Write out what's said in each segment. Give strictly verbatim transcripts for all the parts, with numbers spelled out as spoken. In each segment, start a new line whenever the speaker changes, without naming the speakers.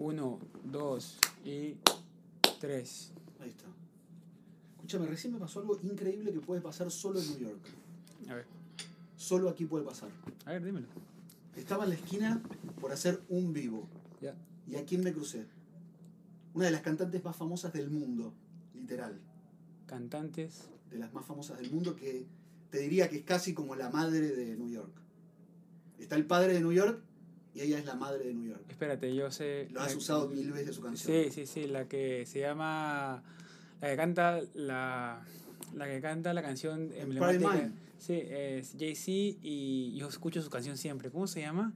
Uno, dos y tres.
Ahí está. Escúchame, recién me pasó algo increíble que puede pasar solo en New York.
A ver.
Solo aquí puede pasar.
A ver, dímelo.
Estaba en la esquina por hacer un vivo.
Ya.
¿Y a quién me crucé? Una de las cantantes más famosas del mundo, literal.
Cantantes.
De las más famosas del mundo, que te diría que es casi como la madre de New York. Está el padre de New York y ella es la madre de New York.
Espérate, yo sé.
Lo has
la-
usado mil veces su canción.
Sí, sí, sí, la que se llama. La que canta la. La que canta la canción emblemática.
Mine.
Sí, es Jay-Z y yo escucho su canción siempre. ¿Cómo se llama?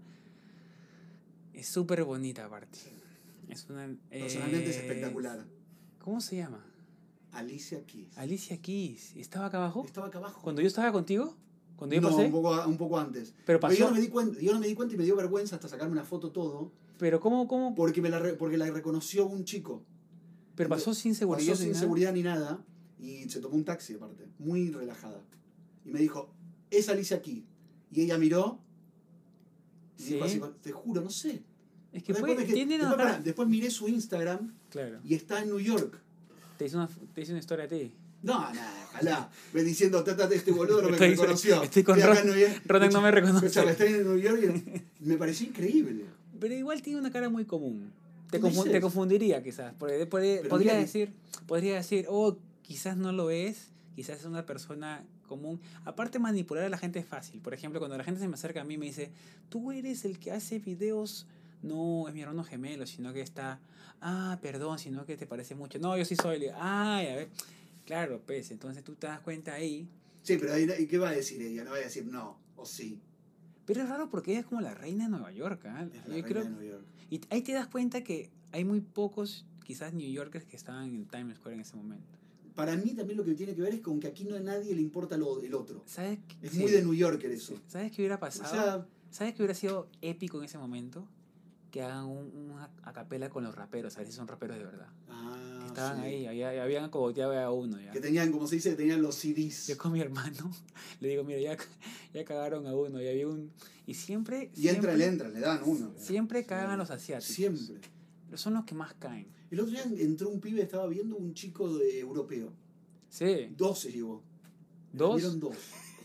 Es súper bonita aparte. Es una.
Personalmente es
eh,
espectacular.
¿Cómo se llama?
Alicia Keys.
Alicia Keys. ¿Estaba acá abajo?
Estaba acá abajo.
¿Cuando yo estaba contigo? ¿Cuando yo
no,
pasé?
un poco, un poco antes.
Pero pasó.
yo no, me di cuenta, yo no me di cuenta y me dio vergüenza hasta sacarme una foto todo.
Pero ¿cómo? cómo?
Porque, me la, re- porque la reconoció un chico.
Pero pasó sin seguridad.
Pasó sin
ni nada.
seguridad ni nada. Y se tomó un taxi aparte. Muy relajada. Y me dijo, es Alicia Keys. Y ella miró. Y
¿Sí?
dijo así, te juro, no sé.
Es que
Después,
puede,
me-
tiene
después,
una
pará,
cara-
después miré su Instagram
Claro.
y está en New York.
Te hice una, te hice una historia a ti.
No, no, ojalá. Me diciendo, trátate, este boludo no me
Estoy-
reconoció.
estoy con
acá
Ron-
en New York.
Ronan no me reconoce.
Escuchame, estoy en New York y me pareció increíble.
Pero igual tiene una cara muy común. Te,
¿Tú
confu-
dices?
te confundiría quizás. Porque podría,
Pero
podría
mira que-
decir, podría decir, oh, quizás no lo es, quizás es una persona común. Aparte, manipular a la gente es fácil. Por ejemplo, cuando la gente se me acerca a mí y me dice, tú eres el que hace videos, no es mi hermano gemelo, sino que está, ah, perdón, sino que te parece mucho. No, yo sí soy. Le digo, ay, a ver. Claro, pues, entonces tú te das cuenta ahí.
Sí, pero ahí, ¿y qué va a decir ella? No va a decir no, o sí.
Pero es raro porque ella es como la reina de Nueva York. ¿Ah?
Es la
Yo
reina
creo-
de New York.
Y ahí te das cuenta que hay muy pocos, quizás New Yorkers, que estaban en Times Square en ese momento.
Para mí también lo que tiene que ver es con que aquí no a nadie le importa lo, el otro.
¿Sabes? qué-
Es
sí.
muy de New Yorker eso.
¿Sabes qué hubiera
O
pasado?
sea,
¿Sabes qué hubiera sido épico en ese momento? Que hagan un, una acapela con los raperos, a ver si son raperos de verdad.
ah,
Que estaban
sí.
ahí, había, habían cogoteado a uno ya.
Que tenían, como se dice, que tenían los C Ds.
Yo con mi hermano le digo, mira, ya, ya cagaron a uno, y había un... Y siempre...
Y entra,
siempre,
le entra, le dan uno.
Siempre
Sí.
cagan a los asiáticos.
Siempre.
Pero son los que más caen.
El otro día entró un pibe, estaba viendo un chico de europeo.
Sí.
Dos se llevó.
¿Dos?
Vieron dos.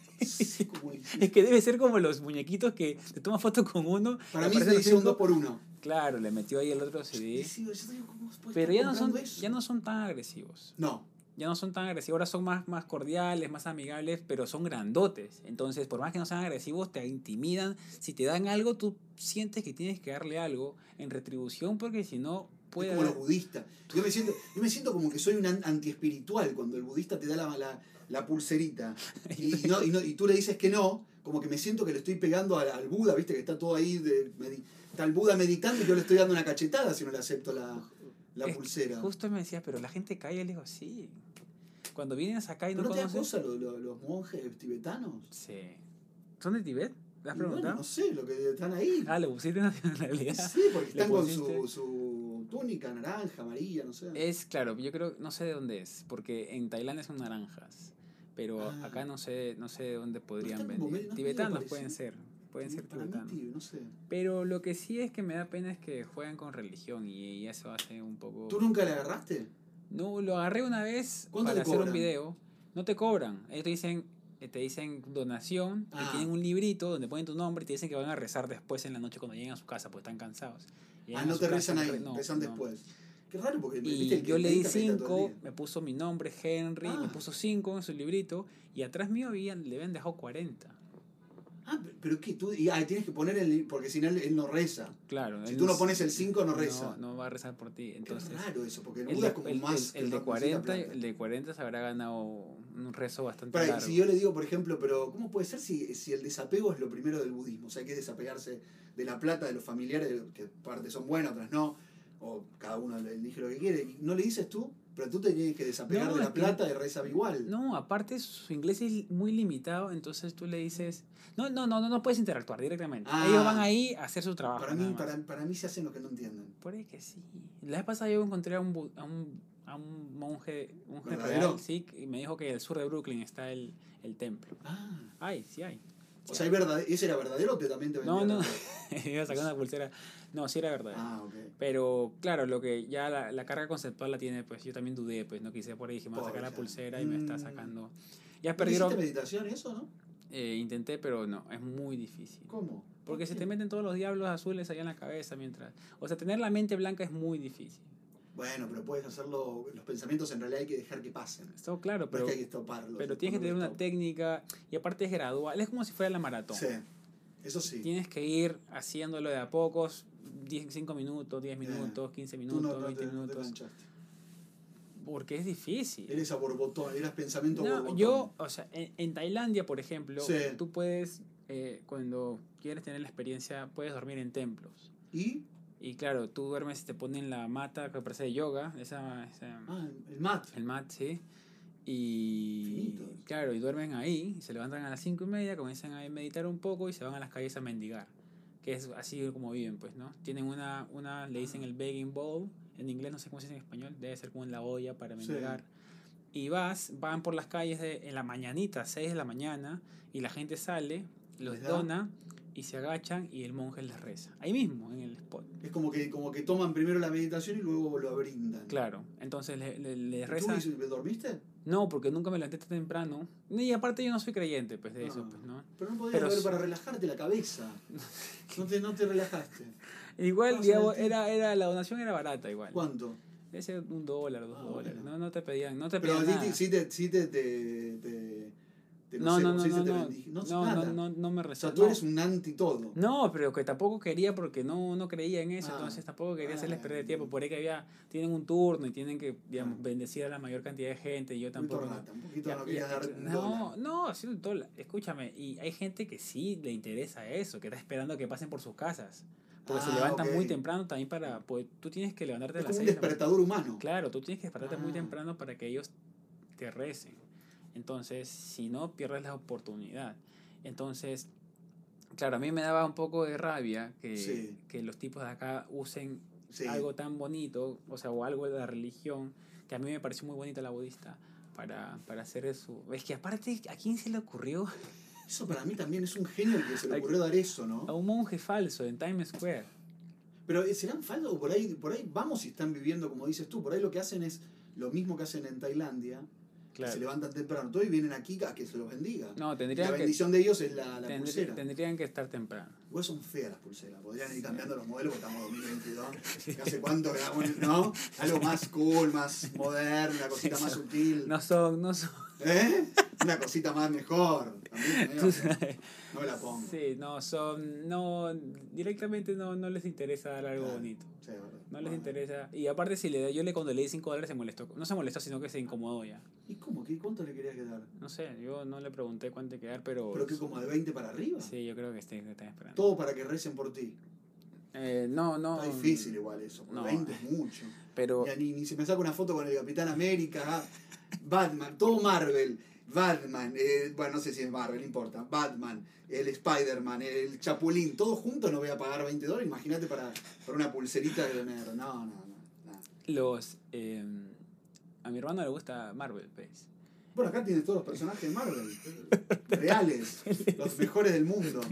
Sí, como-
Es que debe ser como los muñequitos que te tomas foto con uno.
Para
y
mí
aparecen
se hicieron
cinco.
dos por uno.
Claro, le metió ahí el otro C D.
Y sí, yo digo, ¿cómo se puede
Pero
estar
ya no, son,
comprando eso?
ya no son tan agresivos.
No.
Ya no son tan agresivos. Ahora son más, más cordiales, más amigables, pero son grandotes. Entonces, por más que no sean agresivos, te intimidan. Si te dan algo, tú sientes que tienes que darle algo en retribución, porque si no, puede
Es como
haber-
los budistas. Yo me siento, yo me siento como que soy un an- antiespiritual cuando el budista te da la, la, la pulserita y, no, y, no, y tú le dices que no, como que me siento que le estoy pegando al, al Buda, viste, que está todo ahí, de, medi- está el Buda meditando y yo le estoy dando una cachetada si no le acepto la, la
Es-
pulsera.
Justo me decía, pero la gente cae, y le digo, sí. Cuando vienes acá y no
¿Pero no te da
conoces...
cosa lo- lo- los monjes tibetanos?
Sí. ¿Son de Tibet? ¿Le has
Y bueno,
preguntado?
no sé, lo que están ahí.
Ah, le pusiste nacionalidad.
Sí, porque
Le
están con
pusiste-
su, su túnica naranja, amarilla, no sé.
Es claro, yo creo, no sé de dónde es, porque en Tailandia son naranjas, pero
Ah.
acá no sé, no sé de dónde podrían
están como
venir.
medio- ¿no es
Tibetanos
medio
pueden
parecido?
ser, pueden ser
Para mí,
tibetanos.
tío, no sé.
Pero lo que sí es que me da pena es que juegan con religión y eso hace un poco...
¿Tú nunca le agarraste?
No, lo agarré una vez
¿Cuánto
para
te
hacer un
cobran?
video. No te cobran, ellos te dicen, eh, te dicen donación,
Ah.
y tienen un librito donde ponen tu nombre y te dicen que van a rezar después en la noche cuando lleguen a su casa, porque están cansados. Llegan
Ah,
a
no
su
te
casa,
rezan
no
ahí,
re- no,
rezan
no.
después. Qué raro, porque
Y
viste, el que
yo le di
medita, medita todo el
cinco,
día.
me puso mi nombre, Henry,
Ah.
me puso cinco en su librito, y atrás mío habían, le habían dejado cuarenta.
Ah, pero ¿qué? Tú, y, ah, tienes que poner el... Porque si no, él, él no reza.
Claro.
Si
él
tú no pones el cinco, no
no,
reza.
no va a rezar por ti. Entonces,
Qué raro eso, porque el
el
Buda
de,
es como
el-
más...
el- el
que
de
necesita
cuarenta,
plata.
el de cuarenta se habrá ganado un rezo bastante
Para,
largo.
si yo le digo, por ejemplo, pero ¿cómo puede ser si, si el desapego es lo primero del budismo? O sea, que es desapegarse de la plata, de los familiares, que partes son buenas, otras no, o cada uno elige lo que quiere. Y no le dices tú, pero tú te tienes que desapegar
No,
de la
es que-
plata y reza igual.
No, aparte su inglés es muy limitado, entonces tú le dices, no, no, no, no, no puedes interactuar directamente.
Ah.
Ellos van ahí a hacer su trabajo.
Para
nada
mí,
más.
para, para mí se hacen lo que no entienden.
Por ahí que sí. La vez pasada yo encontré a un, bu- a un, a un monje, un monje
¿Verdadero?
real, sí, y me dijo que al sur de Brooklyn está el, el templo.
Ah,
Ay, sí hay.
O sea, ¿es verdad, ¿ese era verdadero o te también te vendía?
No, no,
la-
iba a sacar una pulsera. No, sí era verdad.
Ah, ok.
Pero claro, lo que ya la, la carga conceptual la tiene, pues yo también dudé, pues no quise por ahí, dije, me voy a sacar la
Pobre,
pulsera y me está
mm.
sacando. Ya
¿No
perdieron,
hiciste meditación y eso, no?
eh, intenté, pero no, es muy difícil.
¿Cómo?
Porque
¿Por
se
qué?
te meten todos los diablos azules allá en la cabeza mientras... O sea, tener la mente blanca es muy difícil.
Bueno, pero puedes hacerlo, los pensamientos en realidad hay que dejar que pasen.
Esto claro,
No
pero,
es que hay que estoparlos.
pero tienes que tener una técnica y aparte es gradual, es como si fuera la maratón.
Sí, eso sí.
Tienes que ir haciéndolo de a pocos, diez, cinco minutos, diez
Yeah.
minutos, quince
Tú
minutos,
no, no
veinte
te, no te
minutos.
enganchaste.
Porque es difícil.
Eres a borbotón, eras pensamiento
No,
borbotón.
yo, o sea, en, en Tailandia, por ejemplo,
Sí.
tú puedes, eh, cuando quieres tener la experiencia, puedes dormir en templos.
¿Y?
Y claro, tú duermes y te ponen la mata que parece de yoga, esa, esa-
Ah, el mat.
el mat, sí. Y
Infinitos.
claro, y duermen ahí, y se levantan a las cinco y media, comienzan a meditar un poco y se van a las calles a mendigar. Que es así como viven, pues, ¿no? Tienen una, una le dicen el begging bowl, en inglés no sé cómo se dice en español, debe ser como en la olla para
Sí.
mendigar. Y vas, van por las calles de, en la mañanita, seis de la mañana, y la gente sale, los
¿Les da?
dona, y se agachan y el monje les reza. Ahí mismo, en el spot.
Es como que, como que toman primero la meditación y luego lo brindan.
Claro, entonces le, le, le
¿Y tú
rezan.
hice- dormiste?
No, porque nunca me levanté tan temprano. Y aparte yo no soy creyente, pues, de eso,
Ah.
pues, ¿no?
Pero no podías
Pero
ver
s-
para relajarte la cabeza. No te, no te relajaste.
Igual,
Estabas
digamos,
en el
era, era, la donación era barata igual.
¿Cuánto?
Debe ser un dólar, dos
Ah,
dólares.
bueno.
No, no te pedían, no te
Pero
pedían
sí,
nada.
te- sí te, sí te, te, te, te-
No,
sé,
no,
¿cómo
no,
se dice?
no,
Te
no,
bendi-
no,
no,
no,
nada.
no, no me
O
rezó.
sea, tú
No.
eres un anti todo.
No, pero que tampoco quería porque no, no creía en eso,
Ah.
entonces tampoco quería hacerles
Ah,
perder tiempo.
bien.
Por ahí que había, tienen un turno y tienen que, digamos,
Ah.
bendecir a la mayor cantidad de gente y yo
Un poquito
tampoco.
rata, un poquito
Ya-
no
ya-
querías dar un
no,
dólar.
no, haciendo un dólar. Escúchame, y hay gente que sí le interesa eso, que está esperando que pasen por sus casas. Porque se
Ah,
levantan
ok.
muy temprano también para, pues tú tienes que levantarte a
Es
las
como un
seis de la mañana.
despertador humano.
Claro, tú tienes que despertarte muy
Ah.
temprano para que ellos te recen. Entonces, si no, pierdes la oportunidad. Entonces, claro, a mí me daba un poco de rabia que,
Sí.
que los tipos de acá usen
Sí.
algo tan bonito, o sea, o algo de la religión, que a mí me pareció muy bonita la budista, para, para hacer eso. Es que aparte, ¿a quién se le ocurrió?
Eso para mí también es un genio el que se le
Ay.
ocurrió dar eso,
A
¿no?
un monje falso en Times Square.
Pero eh, ¿serán falsos? Por ahí, por ahí vamos y están viviendo como dices tú. Por ahí lo que hacen es lo mismo que hacen en Tailandia. Que
Claro.
se levantan temprano todo y vienen aquí a que se los bendiga.
No,
Y la
tendrían que,
bendición de ellos es la, la
tendrí-
pulsera.
tendrían que estar temprano.
Igual son feas las pulseras. Podrían ir cambiando los modelos porque estamos en dos mil veintidós. ¿Hace cuánto quedamos? ¿No? Algo más cool, más moderno, una cosita más sutil.
No son, no son.
¿Eh? Una cosita más mejor. También,
Tú
¿no?
sabes.
No me la pongo.
Sí, no, son, no, directamente no, no les interesa dar algo
Claro.
bonito.
Sí, verdad.
No les
Bueno.
interesa. Y aparte, si le yo le cuando le di cinco dólares se molestó. No se molestó, sino que se incomodó ya.
¿Y cómo? ¿Qué, ¿Cuánto le querías quedar?
No sé, yo no le pregunté cuánto hay que dar, pero.
¿Pero que como de veinte para arriba?
Sí, yo creo que estén, que estén esperando.
Todo para que recen por ti.
Eh, no, no.
Está difícil igual eso. Por
no.
veinte es mucho.
Pero.
Ya ni, ni si me saco una foto con el Capitán América, ah, Batman, todo Marvel. Batman, eh, bueno, no sé si es Marvel, no importa. Batman, el Spider-Man, el Chapulín, todos juntos no voy a pagar veinte dólares. Imagínate para, para una pulserita de tener. No, no, no. no.
Los. eh, a mi hermano le gusta Marvel, pues.
Bueno, acá tienes todos los personajes de Marvel. Reales. Los mejores del mundo.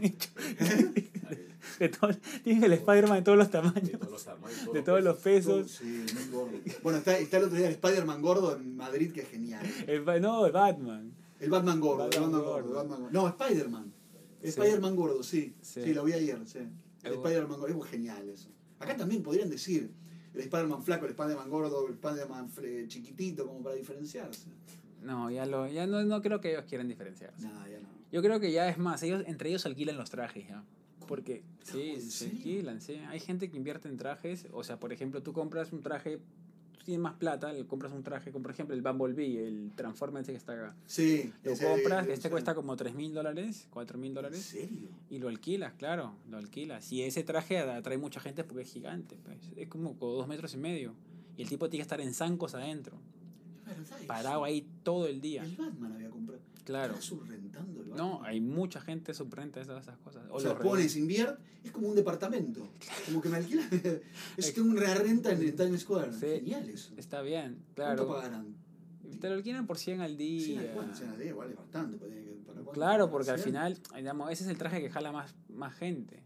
De todo, tiene el Spider-Man de todos los tamaños.
De todos los tamaños,
De todos los pesos.
Sí, muy gordo. Bueno, está, está el otro día el Spider-Man gordo en Madrid, que es genial.
El, Ba- no, el Batman.
El Batman gordo, el
Batman
Batman gordo,
gordo.
el Batman gordo. No, Spider-Man. El
Sí.
Spider-Man gordo, sí.
Sí.
sí. lo vi ayer, sí. El
Eh,
Spider-Man gordo, es genial eso. Acá también podrían decir el Spider-Man flaco, el Spider-Man gordo, el Spider-Man fle- chiquitito, como para diferenciarse.
No, ya lo, ya no, no creo que ellos quieran diferenciarse.
Nada, ya no.
Yo creo que ya es más, ellos entre ellos alquilan los trajes ya. Porque sí,
¿En
se
serio?
alquilan, sí. Hay gente que invierte en trajes, o sea, por ejemplo, tú compras un traje, tú tienes más plata, le compras un traje, como por ejemplo el Bumblebee, el Transformer ese que está acá.
Sí.
Lo
ese-
compras,
ese-
este cuesta como tres mil dólares, cuatro mil
¿En
dólares,
serio?
y lo alquilas, claro, lo alquilas. Y ese traje atrae mucha gente porque es gigante, pues. Es como como dos metros y medio. Y el tipo tiene que estar en zancos adentro,
Es verdad eso.
parado ahí todo el día.
El Batman había comprado.
Claro.
¿Estás subrentando el Batman?
No, hay mucha gente subrenta esas, esas cosas.
O sea,
los
pones, inviert, es como un departamento. Como que me alquilan. Es que una renta en el Times Square.
Sí.
Genial eso.
Está bien,
¿Cuánto
claro.
pagarán?
Te lo alquilan por cien al día.
Sí, bueno, cien al día igual es bastante. Pues, ¿para cuánto?
Claro, porque al
cien.
final, digamos, ese es el traje que jala más, más gente.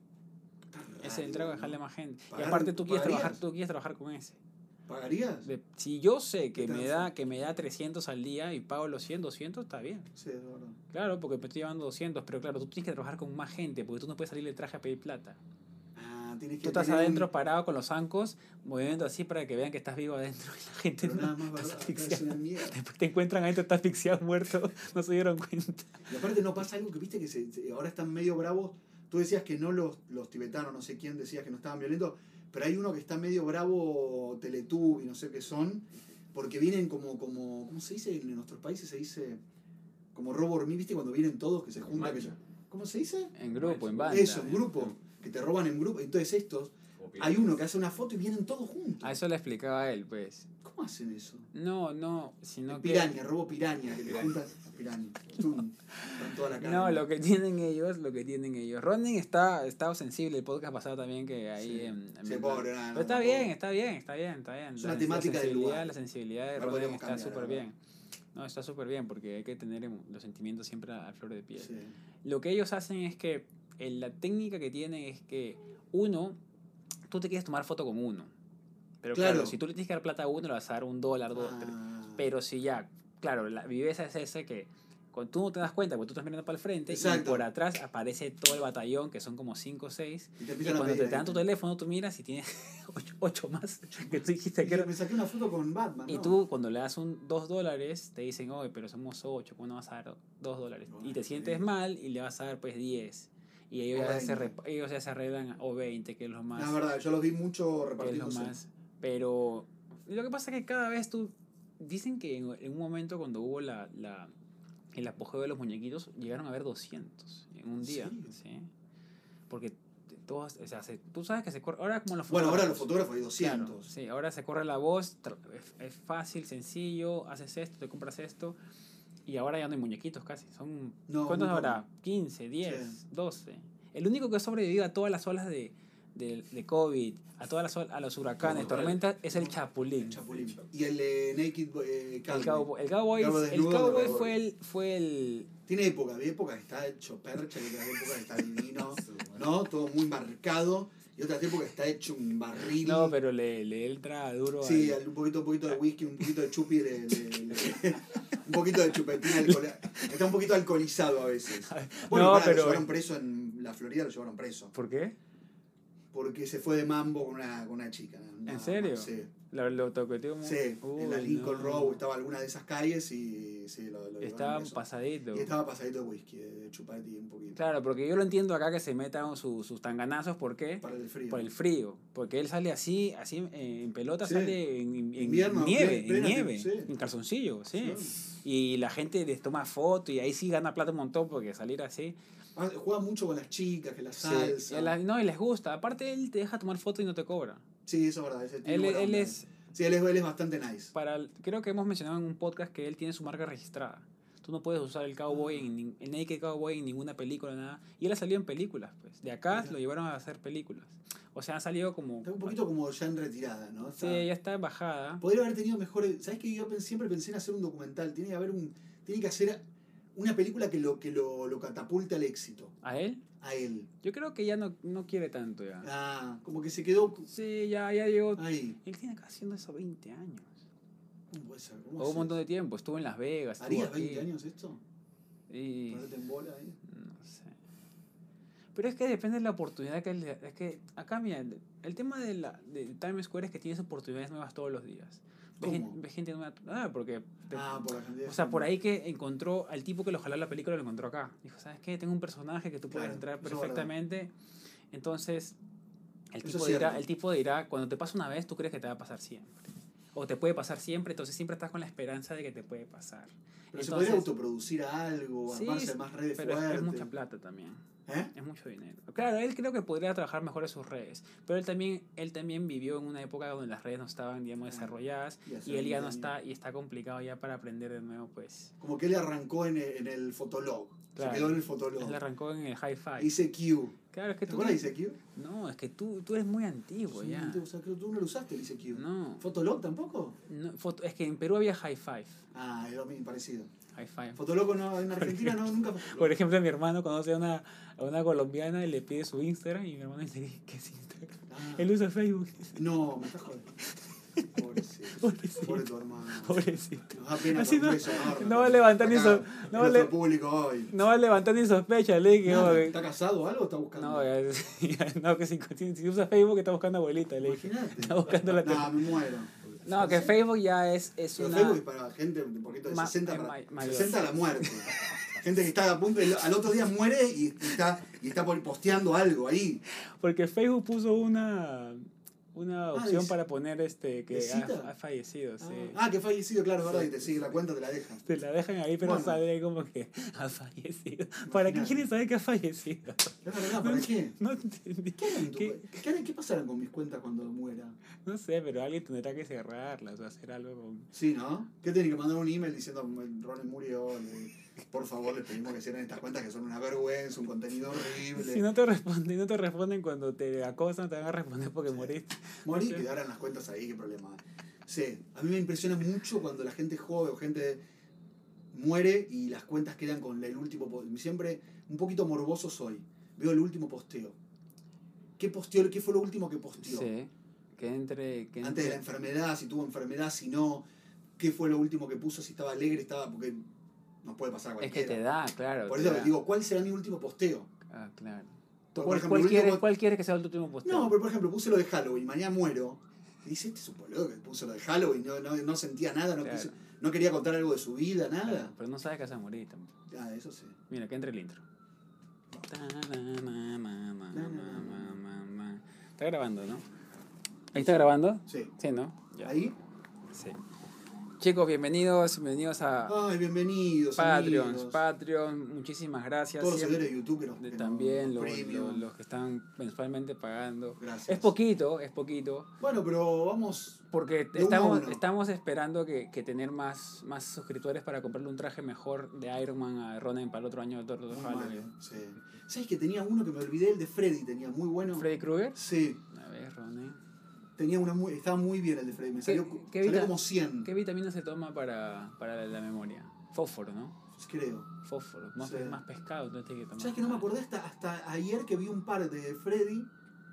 Ese es el traje que
¿no?
jala más gente. Y
Pagar-
aparte tú quieres
¿pagarías?
trabajar, tú quieres trabajar con ese.
¿Pagarías?
De- si yo sé que
¿Qué
me
tal
da
fue?
que me da trescientos al día y pago los cien, doscientos, está bien.
Sí, es verdad.
Claro, porque me estoy llevando doscientos, pero claro, tú tienes que trabajar con más gente, porque tú no puedes salir del traje a pedir plata.
Ah, tienes que
Tú estás
tener un-
adentro parado con los zancos, moviendo así para que vean que estás vivo adentro y la gente
Pero
no
nada más,
estás
¿verdad? Es
asfixiado.
una mierda.
Después te encuentran adentro, estás asfixiado, muerto, no se dieron cuenta.
Y aparte no pasa algo que viste que se, se- ahora están medio bravos. Tú decías que no los, los tibetanos, no sé quién decías que no estaban violentos, pero hay uno que está medio bravo, Teletubby, no sé qué son, porque vienen como, como, ¿cómo se dice? En nuestros países se dice como robo hormiga, ¿viste? Cuando vienen todos, que se juntan. Que, ¿cómo se dice?
En grupo, en banda.
Eso, en grupo, que te roban en grupo. Entonces estos, hay uno que hace una foto y vienen todos juntos.
A eso le explicaba a él, pues.
¿Cómo hacen eso?
No, no, sino que...
Piraña, robo piraña, que te juntan piraña. Tum, con toda la carne.
No, lo que tienen ellos, lo que tienen ellos. Rodney está, está sensible, el podcast pasado también que ahí
Sí.
en, en
Sí, pobre, nada,
Pero está
no,
bien,
pobre.
está bien, está bien, está bien.
Es
La,
una temática
la
del
sensibilidad,
lugar.
la sensibilidad de
La
Rodney
podemos
está
cambiar,
súper
la
bien. No, está súper bien porque hay que tener em- los sentimientos siempre a, a flor de piel.
Sí.
Lo que ellos hacen es que eh, la técnica que tienen es que uno, tú te quieres tomar foto con uno. Pero claro,
Claro.
si tú le tienes que dar plata a uno, le vas a dar un dólar, dos, tres.
Ah.
Pero si ya, claro, la viveza es esa que cuando tú no te das cuenta, porque tú estás mirando para el frente
Exacto.
y por atrás aparece todo el batallón, que son como cinco o seis.
Y te
Y
empiezan a
cuando
pedir
te dan
ahí.
tu teléfono, tú miras y tienes ocho, ocho más que tú dijiste que
Y
era.
me saqué una foto con Batman.
Y
¿no?
tú, cuando le das un dos dólares, te dicen, oye, pero somos ocho, ¿cómo no vas a dar dos dólares?
No,
Y te
no,
sientes
no.
mal y le vas a dar pues diez. Y ellos,
O
ya se,
veinte.
rep- ellos ya se arreglan, o veinte, que es lo más.
La verdad, yo los vi mucho
que es lo
repartiéndose.
más. Pero lo que pasa es que cada vez tú. Dicen que en, en un momento cuando hubo la, la, el apogeo de los muñequitos, llegaron a haber doscientos en un día.
¿En serio?
¿Sí? Porque todos, o sea, se- tú sabes que se corre. Ahora como los
Bueno, ahora los
fotógrafos.
fotógrafos hay doscientos.
Claro, sí, ahora se corre la voz, tra- es, es fácil, sencillo, haces esto, te compras esto. Y ahora ya no hay muñequitos casi. Son,
No,
¿cuántos
muy
habrá?
poco.
quince, diez,
Sí.
doce. El único que ha sobrevivido a todas las olas de, de, de COVID, a todas las ol- a los huracanes,
No,
tormentas, es el Chapulín.
El Chapulín. Y el eh, Naked eh,
El
Cowboy.
cowboy, el cowboy,
Cowboy
el
desnudo,
cowboy
cowboy.
fue el fue el
Tiene época, hay época que está hecho percha, y otras épocas que está divino, ¿no? Todo muy marcado. Y otras épocas que está hecho un barril.
no, pero le, le entra duro.
Sí,
al-
al- un poquito, un poquito de whisky, un poquito de chupi, le- le- le- un poquito de chupetín alcohol. Está un poquito alcoholizado a veces. Bueno,
No,
pará,
pero-
lo llevaron preso en la Florida, lo llevaron preso.
¿Por qué?
Porque se fue de mambo con una, con una chica. nada
¿En
más,
serio?
Sí.
Lo, lo toqueteó muy-
Sí, en la
Uy,
Lincoln
no.
Road estaba alguna de esas calles y sí, lo, lo llevaron
Estaban
preso.
pasaditos.
Y estaba pasadito de whisky, de, de chupati un poquito.
Claro, porque yo lo entiendo acá que se metan su- sus tanganazos, ¿por qué?
Para el frío.
Por el frío, porque él sale así, así eh, en pelota,
Sí.
sale en, en
Invierno,
nieve,
plena-
en nieve,
sí.
en calzoncillo, sí.
Sí.
Y la gente les toma fotos y ahí sí gana plata un montón porque salir así.
Ah, juega mucho con las chicas, que la
Sí,
salsa.
y a la- no, y les gusta. Aparte él te deja tomar fotos y no te cobra.
Sí, eso es verdad. Ese tiene
Él,
buena
él
onda.
es,
Sí, él es, él es bastante nice.
para el- creo que hemos mencionado en un podcast que él tiene su marca registrada. Tú no puedes usar el cowboy, en, nin- el Naked Cowboy en ninguna película, nada. Y él ha salido en películas, pues. De acá
Mira.
lo llevaron a hacer películas. O sea, han salido como...
Está un poquito como ya en retirada, ¿no?
Sí,
Está-
ya está en bajada.
Podría haber tenido mejores. ¿Sabes qué? Yo pen- siempre pensé en hacer un documental. Tiene que haber un. Tiene que hacer una película que lo, que lo, lo catapulte al éxito.
¿A él?
A él.
Yo creo que ya no, no quiere tanto ya.
Ah, como que se quedó
Sí, ya, ya llegó...
ahí.
Él tiene acá haciendo eso veinte años.
¿Cómo puede ser? ¿Cómo
O un
haces?
montón de tiempo. Estuvo en Las Vegas. estuvo
¿Harías
aquí.
veinte años esto?
Y...
¿Ponerte en bola ahí?
No sé. Pero es que depende de la oportunidad que él... Es que acá, mira, el, el tema de, la, de Times Square es que tienes oportunidades nuevas todos los días. Ves,
¿Cómo?
gen- ves gente nueva... Ah, porque... te-
Ah, por la cantidad de
o sea, por
gente.
ahí que encontró al tipo que lo jaló la película, lo encontró acá. Dijo, ¿sabes qué? Tengo un personaje que tú puedes
Claro,
entrar
eso es verdad.
perfectamente. Entonces, el
Eso
tipo,
es
dirá,
cierto.
el tipo dirá, cuando te pasa una vez, tú crees que te va a pasar siempre. O te puede pasar siempre, entonces siempre estás con la esperanza de que te puede pasar.
Pero se
Entonces-
podría autoproducir algo,
Sí,
armarse más redes
pero es-
fuertes.
es mucha plata también.
¿Eh?
Es mucho dinero. Claro, él creo que podría trabajar mejor en sus redes, pero él también, él también vivió en una época donde las redes no estaban, digamos, desarrolladas
Y hace
y él ya no
veinte
está,
años.
y está complicado ya para aprender de nuevo, pues.
Como que él arrancó en el, en el Fotolog.
Claro.
Se quedó en el Fotolog.
Él arrancó en el hi-fi.
I C Q.
Claro, es que
¿Te
tú...
acuerdas de I C Q?
No, es que tú, tú eres muy antiguo
Sí,
ya.
o sea, creo que tú no lo usaste el I C Q.
No.
¿Fotolog tampoco?
No, foto- es que en Perú había hi-fi.
Ah, es lo mismo, parecido.
Hi-fi.
Fotolog no, en Argentina no, nunca.
Por ejemplo, mi hermano conoce a una, a una colombiana y le pide su Instagram y mi hermano dice, ¿qué es Instagram?
Ah,
Él usa Facebook.
no, me estás jodiendo. Pobrecito.
Pobrecito.
Pobre tu hermano.
Pobrecito.
Nos da pena
Así
con un
no-
beso enorme.
no va a levantar ni
Acá,
so-
en
no va a
nuestro
le-
público hoy.
No va a levantar ni sospecha, le dije.
Nada,
oh,
¿está casado o algo o está buscando?
no, ya- ya- no, que si, si, si usa Facebook está buscando abuelita, le dije.
Imagínate.
Está buscando la
No, me muero.
No, que Facebook ya es, es
Pero
una...
Facebook es para gente un poquito de
Ma-
sesenta,
eh,
para,
ma- mayor.
sesenta a la muerte. Gente que está a punto, de- al otro día muere y, y está, y está por- posteando algo ahí.
Porque Facebook puso una, una
Ah,
opción
de-
para poner este que
¿de cita?
ha, ha fallecido, sí.
Ah, que fallecido, claro, ¿verdad?
Sí.
Y te sigue la cuenta, te la dejan.
Te la dejan ahí, pero
Bueno.
sale como que ha fallecido. ¿Para qué
Imagínate.
quieren saber que ha fallecido?
Es verdad, ¿para qué?
No entendí.
¿Qué, harán tu-
¿Qué?
¿Qué, harán- ¿Qué pasarán con mis cuentas cuando muera?
No sé, pero alguien tendrá que cerrarlas o hacer algo con...
Sí, ¿no? ¿Qué tiene que mandar un email diciendo Ronen murió? le- Por favor, les pedimos que cierren estas cuentas que son una vergüenza, un contenido horrible.
Si no te responden, no te responden cuando te acosan, te van a responder porque
Sí.
moriste.
Morí,
Sí.
quedaran las cuentas ahí, qué problema hay. Sí, a mí me impresiona mucho cuando la gente joven o gente muere y las cuentas quedan con el último po- siempre un poquito morboso soy. Veo el último posteo. ¿Qué posteó? ¿Qué fue lo último que posteó?
Sí, que entre... Que
Antes de la
entre...
enfermedad, si tuvo enfermedad, si no, ¿qué fue lo último que puso? Si estaba alegre, estaba. Porque nos puede pasar a
Es
cualquiera.
que te da, claro.
Por
te
eso
da.
digo, ¿cuál será mi último posteo?
Ah, claro.
Por
¿Cuál,
ejemplo,
cuál
el último
quieres,
post-
¿Cuál quieres que sea el último posteo?
No, pero por ejemplo, puse lo de Halloween, mañana muero. Y dice, este es un boludo que puso lo de Halloween, no, no, no sentía nada, no,
Claro.
quiso- no quería contar algo de su vida,
Claro,
nada.
pero no sabes que vas a morir tampoco.
Ah, eso sí.
Mira, que entre el intro. Está grabando, ¿no? ¿Ahí está grabando?
Sí.
Sí, ¿no? Ya.
Ahí.
Sí. Chicos, bienvenidos, bienvenidos a
Ay, bienvenidos.
Patreons,
amigos.
Patreon, muchísimas gracias.
Todos los
Siempre-
seguidores de YouTube que nos
de-
que
también
nos-
los,
premium.
los, los que están mensualmente pagando.
Gracias.
Es poquito, es poquito.
Bueno, pero vamos.
Porque
De uno a
estamos,
uno.
estamos esperando que, que tener más, más suscriptores para comprarle un traje mejor de Iron Man a Ronan para el otro año de Thor
Muy
Halloween.
mal, sí. ¿Sabes que tenía uno que me olvidé, el de Freddy? Tenía muy bueno.
Freddy Krueger.
Sí.
A ver, Ronan.
Tenía una muy, estaba muy bien el de Freddy. Me salió,
qué
salió
vita-
como cien.
¿Qué vitamina se toma para, para la memoria? Fósforo, ¿no?
Creo.
Fósforo. Más,
Sí.
más pescado, entonces tienes que tomar.
¿Sabes que no me acordé hasta, hasta ayer que vi un par de Freddy?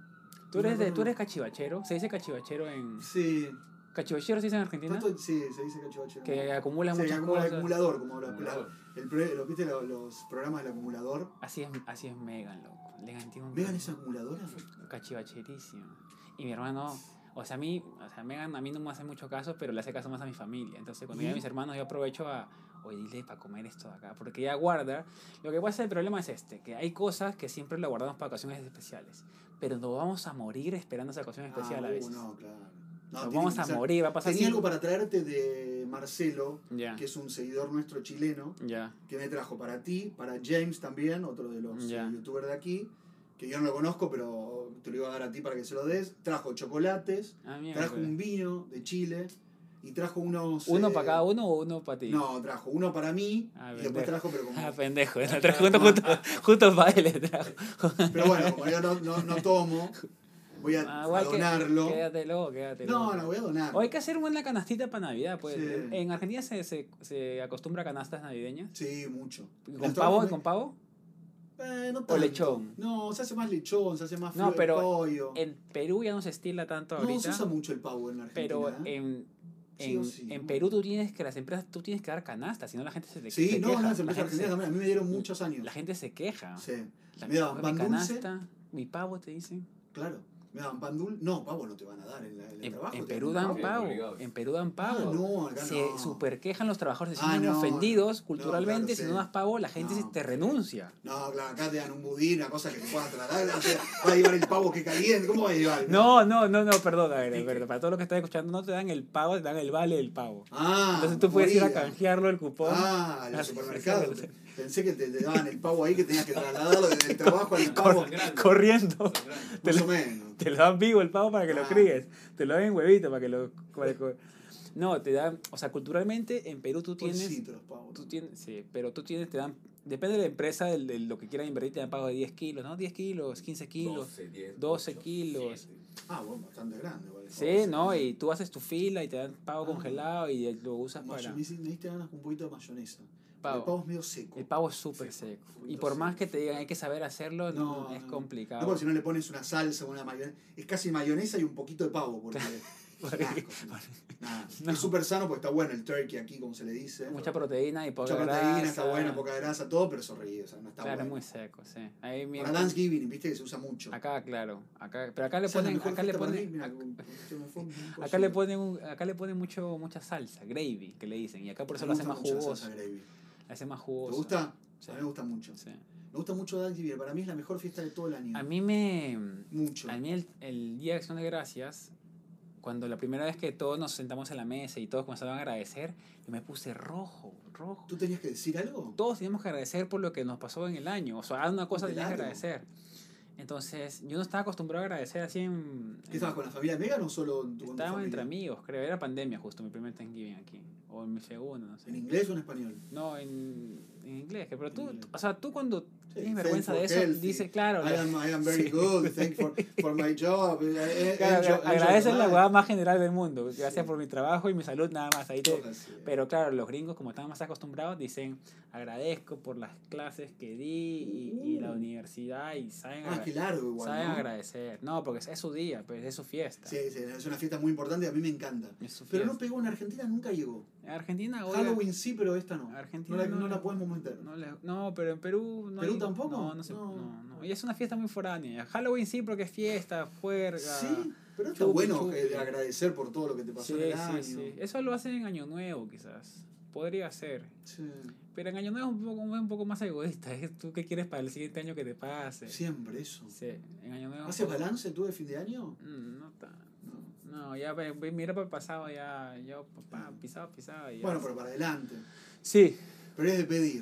¿Tú eres,
No,
de,
no,
¿Tú
no.
eres cachivachero? ¿Se dice cachivachero en...
Sí.
¿Cachivachero se dice en Argentina?
Tanto- sí, se dice cachivache.
Que acumula
Sí,
muchas
como el
cosas.
acumulador, como los,
Acumulador.
la- el, pro- lo- ¿viste los, los programas del acumulador?
Así es, así es Megan, loco. Megan tiene un...
¿Vean esa acumuladora?
Cachivacherísimo. Y mi hermano, o sea, a mí, o sea, Megan a mí no me hace mucho caso, pero le hace caso más a mi familia. Entonces, cuando llegan
¿Y?
mis hermanos, yo aprovecho a, oye, dile para comer esto de acá, porque ella guarda. Lo que pasa, el problema es este, que hay cosas que siempre la guardamos para ocasiones especiales, pero nos vamos a morir esperando esa ocasión especial
Ah,
a
uh,
veces.
no, claro. No,
Nos
tiene
vamos
que
a
ser-
morir, va a pasar
Tenía
así.
algo para traerte de Marcelo,
Ya,
que es un seguidor nuestro chileno,
ya.
que me trajo para ti, para James también, otro de los
Ya.
eh, youtubers de aquí, que yo no lo conozco, pero te lo iba a dar a ti para que se lo des. Trajo chocolates,
Ah, mierda.
trajo un vino de Chile y trajo unos...
¿Uno
eh,
para cada uno o uno para ti?
No, trajo uno para mí
Ah,
y después
pendejo.
trajo, pero como...
Ah, pendejo. Lo trajo junto, junto, junto para él. le trajo.
Pero bueno, como yo no, no, no tomo, voy a,
Ah,
a
igual que-
donarlo.
Quédatelo, quédatelo.
No, no, voy a donar.
O hay que hacer una canastita para Navidad, pues.
Sí.
En Argentina se, se, se acostumbra a canastas navideñas.
Sí, mucho.
¿Con
El
pavo?
trabajo
¿Y con pavo?
Eh, no
¿O
tanto.
lechón?
No, se hace más lechón, se hace más
No,
flo-
pero
pollo.
En Perú ya no se estila tanto
No, se
ahorita.
usa mucho el pavo en Argentina.
Pero
¿eh?
en,
Sí
en,
o sí,
en
¿no?
Perú tú tienes que, las empresas, tú tienes que dar canastas, si no la gente se te
Sí,
se
no,
queja.
no,
La
se empieza
gente
Argentina
se-
también. A mí me dieron muchos años.
La gente se queja.
Sí.
La-
Me daban
mi
pan dulce.
canasta, mi pavo, te dicen.
Claro. ¿Me dan pan dulce? No, pavo no te van a dar en, la, en el
En,
trabajo.
en
te
Perú
dan
dan
pavo.
pavo,
obligados.
en Perú dan pavo.
Ah, no, acá
se
no.
super quejan los trabajadores, se
Ah,
sienten
no,
ofendidos
no,
culturalmente,
claro,
si
sí.
no das pavo, la gente
No,
se te
sí.
renuncia.
No, claro, acá te dan un budín, una cosa que te puedas trasladar. O sea, va a llevar el pavo que caliente. ¿Cómo va a llevar?
No, no, no, no, perdón, a ver,
¿Y
a ver,
qué?
para todos los que están escuchando, no te dan el pavo, te dan el vale del pavo.
Ah,
Entonces tú puedes ir a
movida.
canjearlo el cupón.
Ah, en el
Así,
supermercado.
sí, sí, sí.
Pensé que te, te daban el pavo ahí, que tenías que trasladarlo desde el trabajo al pavo.
Sangrando.
Corriendo.
Sangrando.
Te
Más
lo-
o menos.
Te lo dan vivo el pavo para que lo
Ah.
críes. Te lo dan en huevito para que lo... para que- No, te dan... O sea, culturalmente en Perú tú tienes...
Pobrecitos los pavos.
Tú tienes, sí, pero tú tienes, te dan... Depende de la empresa, de, de lo que quieran invertir, te dan pago de diez kilos, ¿no? diez kilos, quince kilos.
doce, diez,
doce
ocho,
kilos.
siete.
Ah, bueno, bastante grande. Igual, el
Sí,
pavo,
¿no?
sí.
Y tú haces tu fila y te dan pavo
Ah.
congelado y lo usas
Mayo-
para...
Me hice- me diste ganas con un poquito de mayonesa. Porque
Pavo.
El pavo es medio seco.
El pavo es súper
Seco,
seco.
un
Y
poquito
por más
seco.
que te digan hay que saber hacerlo, no,
No,
es
no.
complicado.
No, porque si no le pones una salsa, una mayonesa. Es casi mayonesa y un poquito de pavo. Porque.
Porque-
asco, sí. Nada.
No.
Es súper sano porque está bueno el turkey aquí, como se le dice.
Mucha proteína y poca
Mucha proteína,
grasa.
está buena, poca grasa, todo, pero es horrible. O sea, no está
Claro,
bueno.
muy seco, sí. Ahí, mira,
Para Thanksgiving, viste que se usa mucho.
acá, claro. Acá, pero acá le
Esa es la
ponen,
mejor
acá le
fiesta para
ponen,
mí, mira,
acá,
con- con- se me fue un- un
acá
cosito.
le ponen, un- acá le ponen mucho, mucha salsa, gravy, que le dicen. Y acá por eso
Me
lo hace
gusta
más
mucho la
jugoso.
salsa gravy.
La hace más
¿Te
jugoso.
gusta?
Sí.
A mí me gusta mucho.
Sí.
Me gusta mucho Thanksgiving. Para mí es la mejor fiesta de todo el año.
A mí me...
Mucho.
A mí el, el Día de Acción de Gracias, cuando la primera vez que todos nos sentamos en la mesa y todos comenzaban a agradecer, yo me puse rojo, rojo.
¿Tú tenías que decir algo?
Todos teníamos que agradecer por lo que nos pasó en el año. O sea, una cosa
Qué
tenías que
largo.
agradecer. Entonces, yo no estaba acostumbrado a agradecer así en...
¿Qué estabas con la familia de Megan o solo en tu, con tu
Estábamos entre
familia?
amigos, creo. Era pandemia justo, mi primer Thanksgiving aquí. O mi segundo, no sé.
¿En inglés o en español?
No, en, en inglés. que- Pero
En
tú,
inglés.
o sea, tú cuando
Sí,
tienes
thank
vergüenza de
for
eso,
healthy.
dices, claro.
I
la-
am, I am very
Sí.
good, thank for, for my job. eh, eh,
Claro,
enjoy- enjoy
agradeces
the
la
life.
hueá más general del mundo. Gracias
Sí.
por mi trabajo y mi salud, nada más. Ahí te,
Cosas así.
pero claro, los gringos, como están más acostumbrados, dicen agradezco por las clases que di y, y la universidad y saben,
Ah,
agra-
qué largo igual,
saben
¿no?
agradecer. No, porque es, es su día, pues es su fiesta.
Sí, sí, es una fiesta muy importante y a mí me encanta.
Es su
Pero
fiesta.
no pegó en Argentina, nunca llegó.
Argentina, oiga,
Halloween sí, pero esta no.
Argentina
no la,
no
no
le-
la podemos meter.
no, le- no, pero en Perú no
¿Perú
hay-
tampoco?
No, no, se-
No.
no, no. Y es una fiesta muy foránea. Halloween sí, porque es fiesta, juerga.
Sí, pero está
chupi,
bueno
chupi.
eh, agradecer por todo lo que te pasó
Sí,
en el
sí,
año.
sí. Eso lo hacen en Año Nuevo, quizás. Podría ser.
Sí.
Pero en Año Nuevo es un poco, un poco más egoísta. Es tú qué quieres para el siguiente año que te pase.
Siempre eso.
Sí, en Año Nuevo.
¿Haces balance tú de fin de año?
Mm, no tan.
No.
No, ya ve- ve- mira para el pasado, ya. Yo, papá, pisado, pisado. y ya.
Bueno, pero para adelante.
Sí.
Pero es de pedir.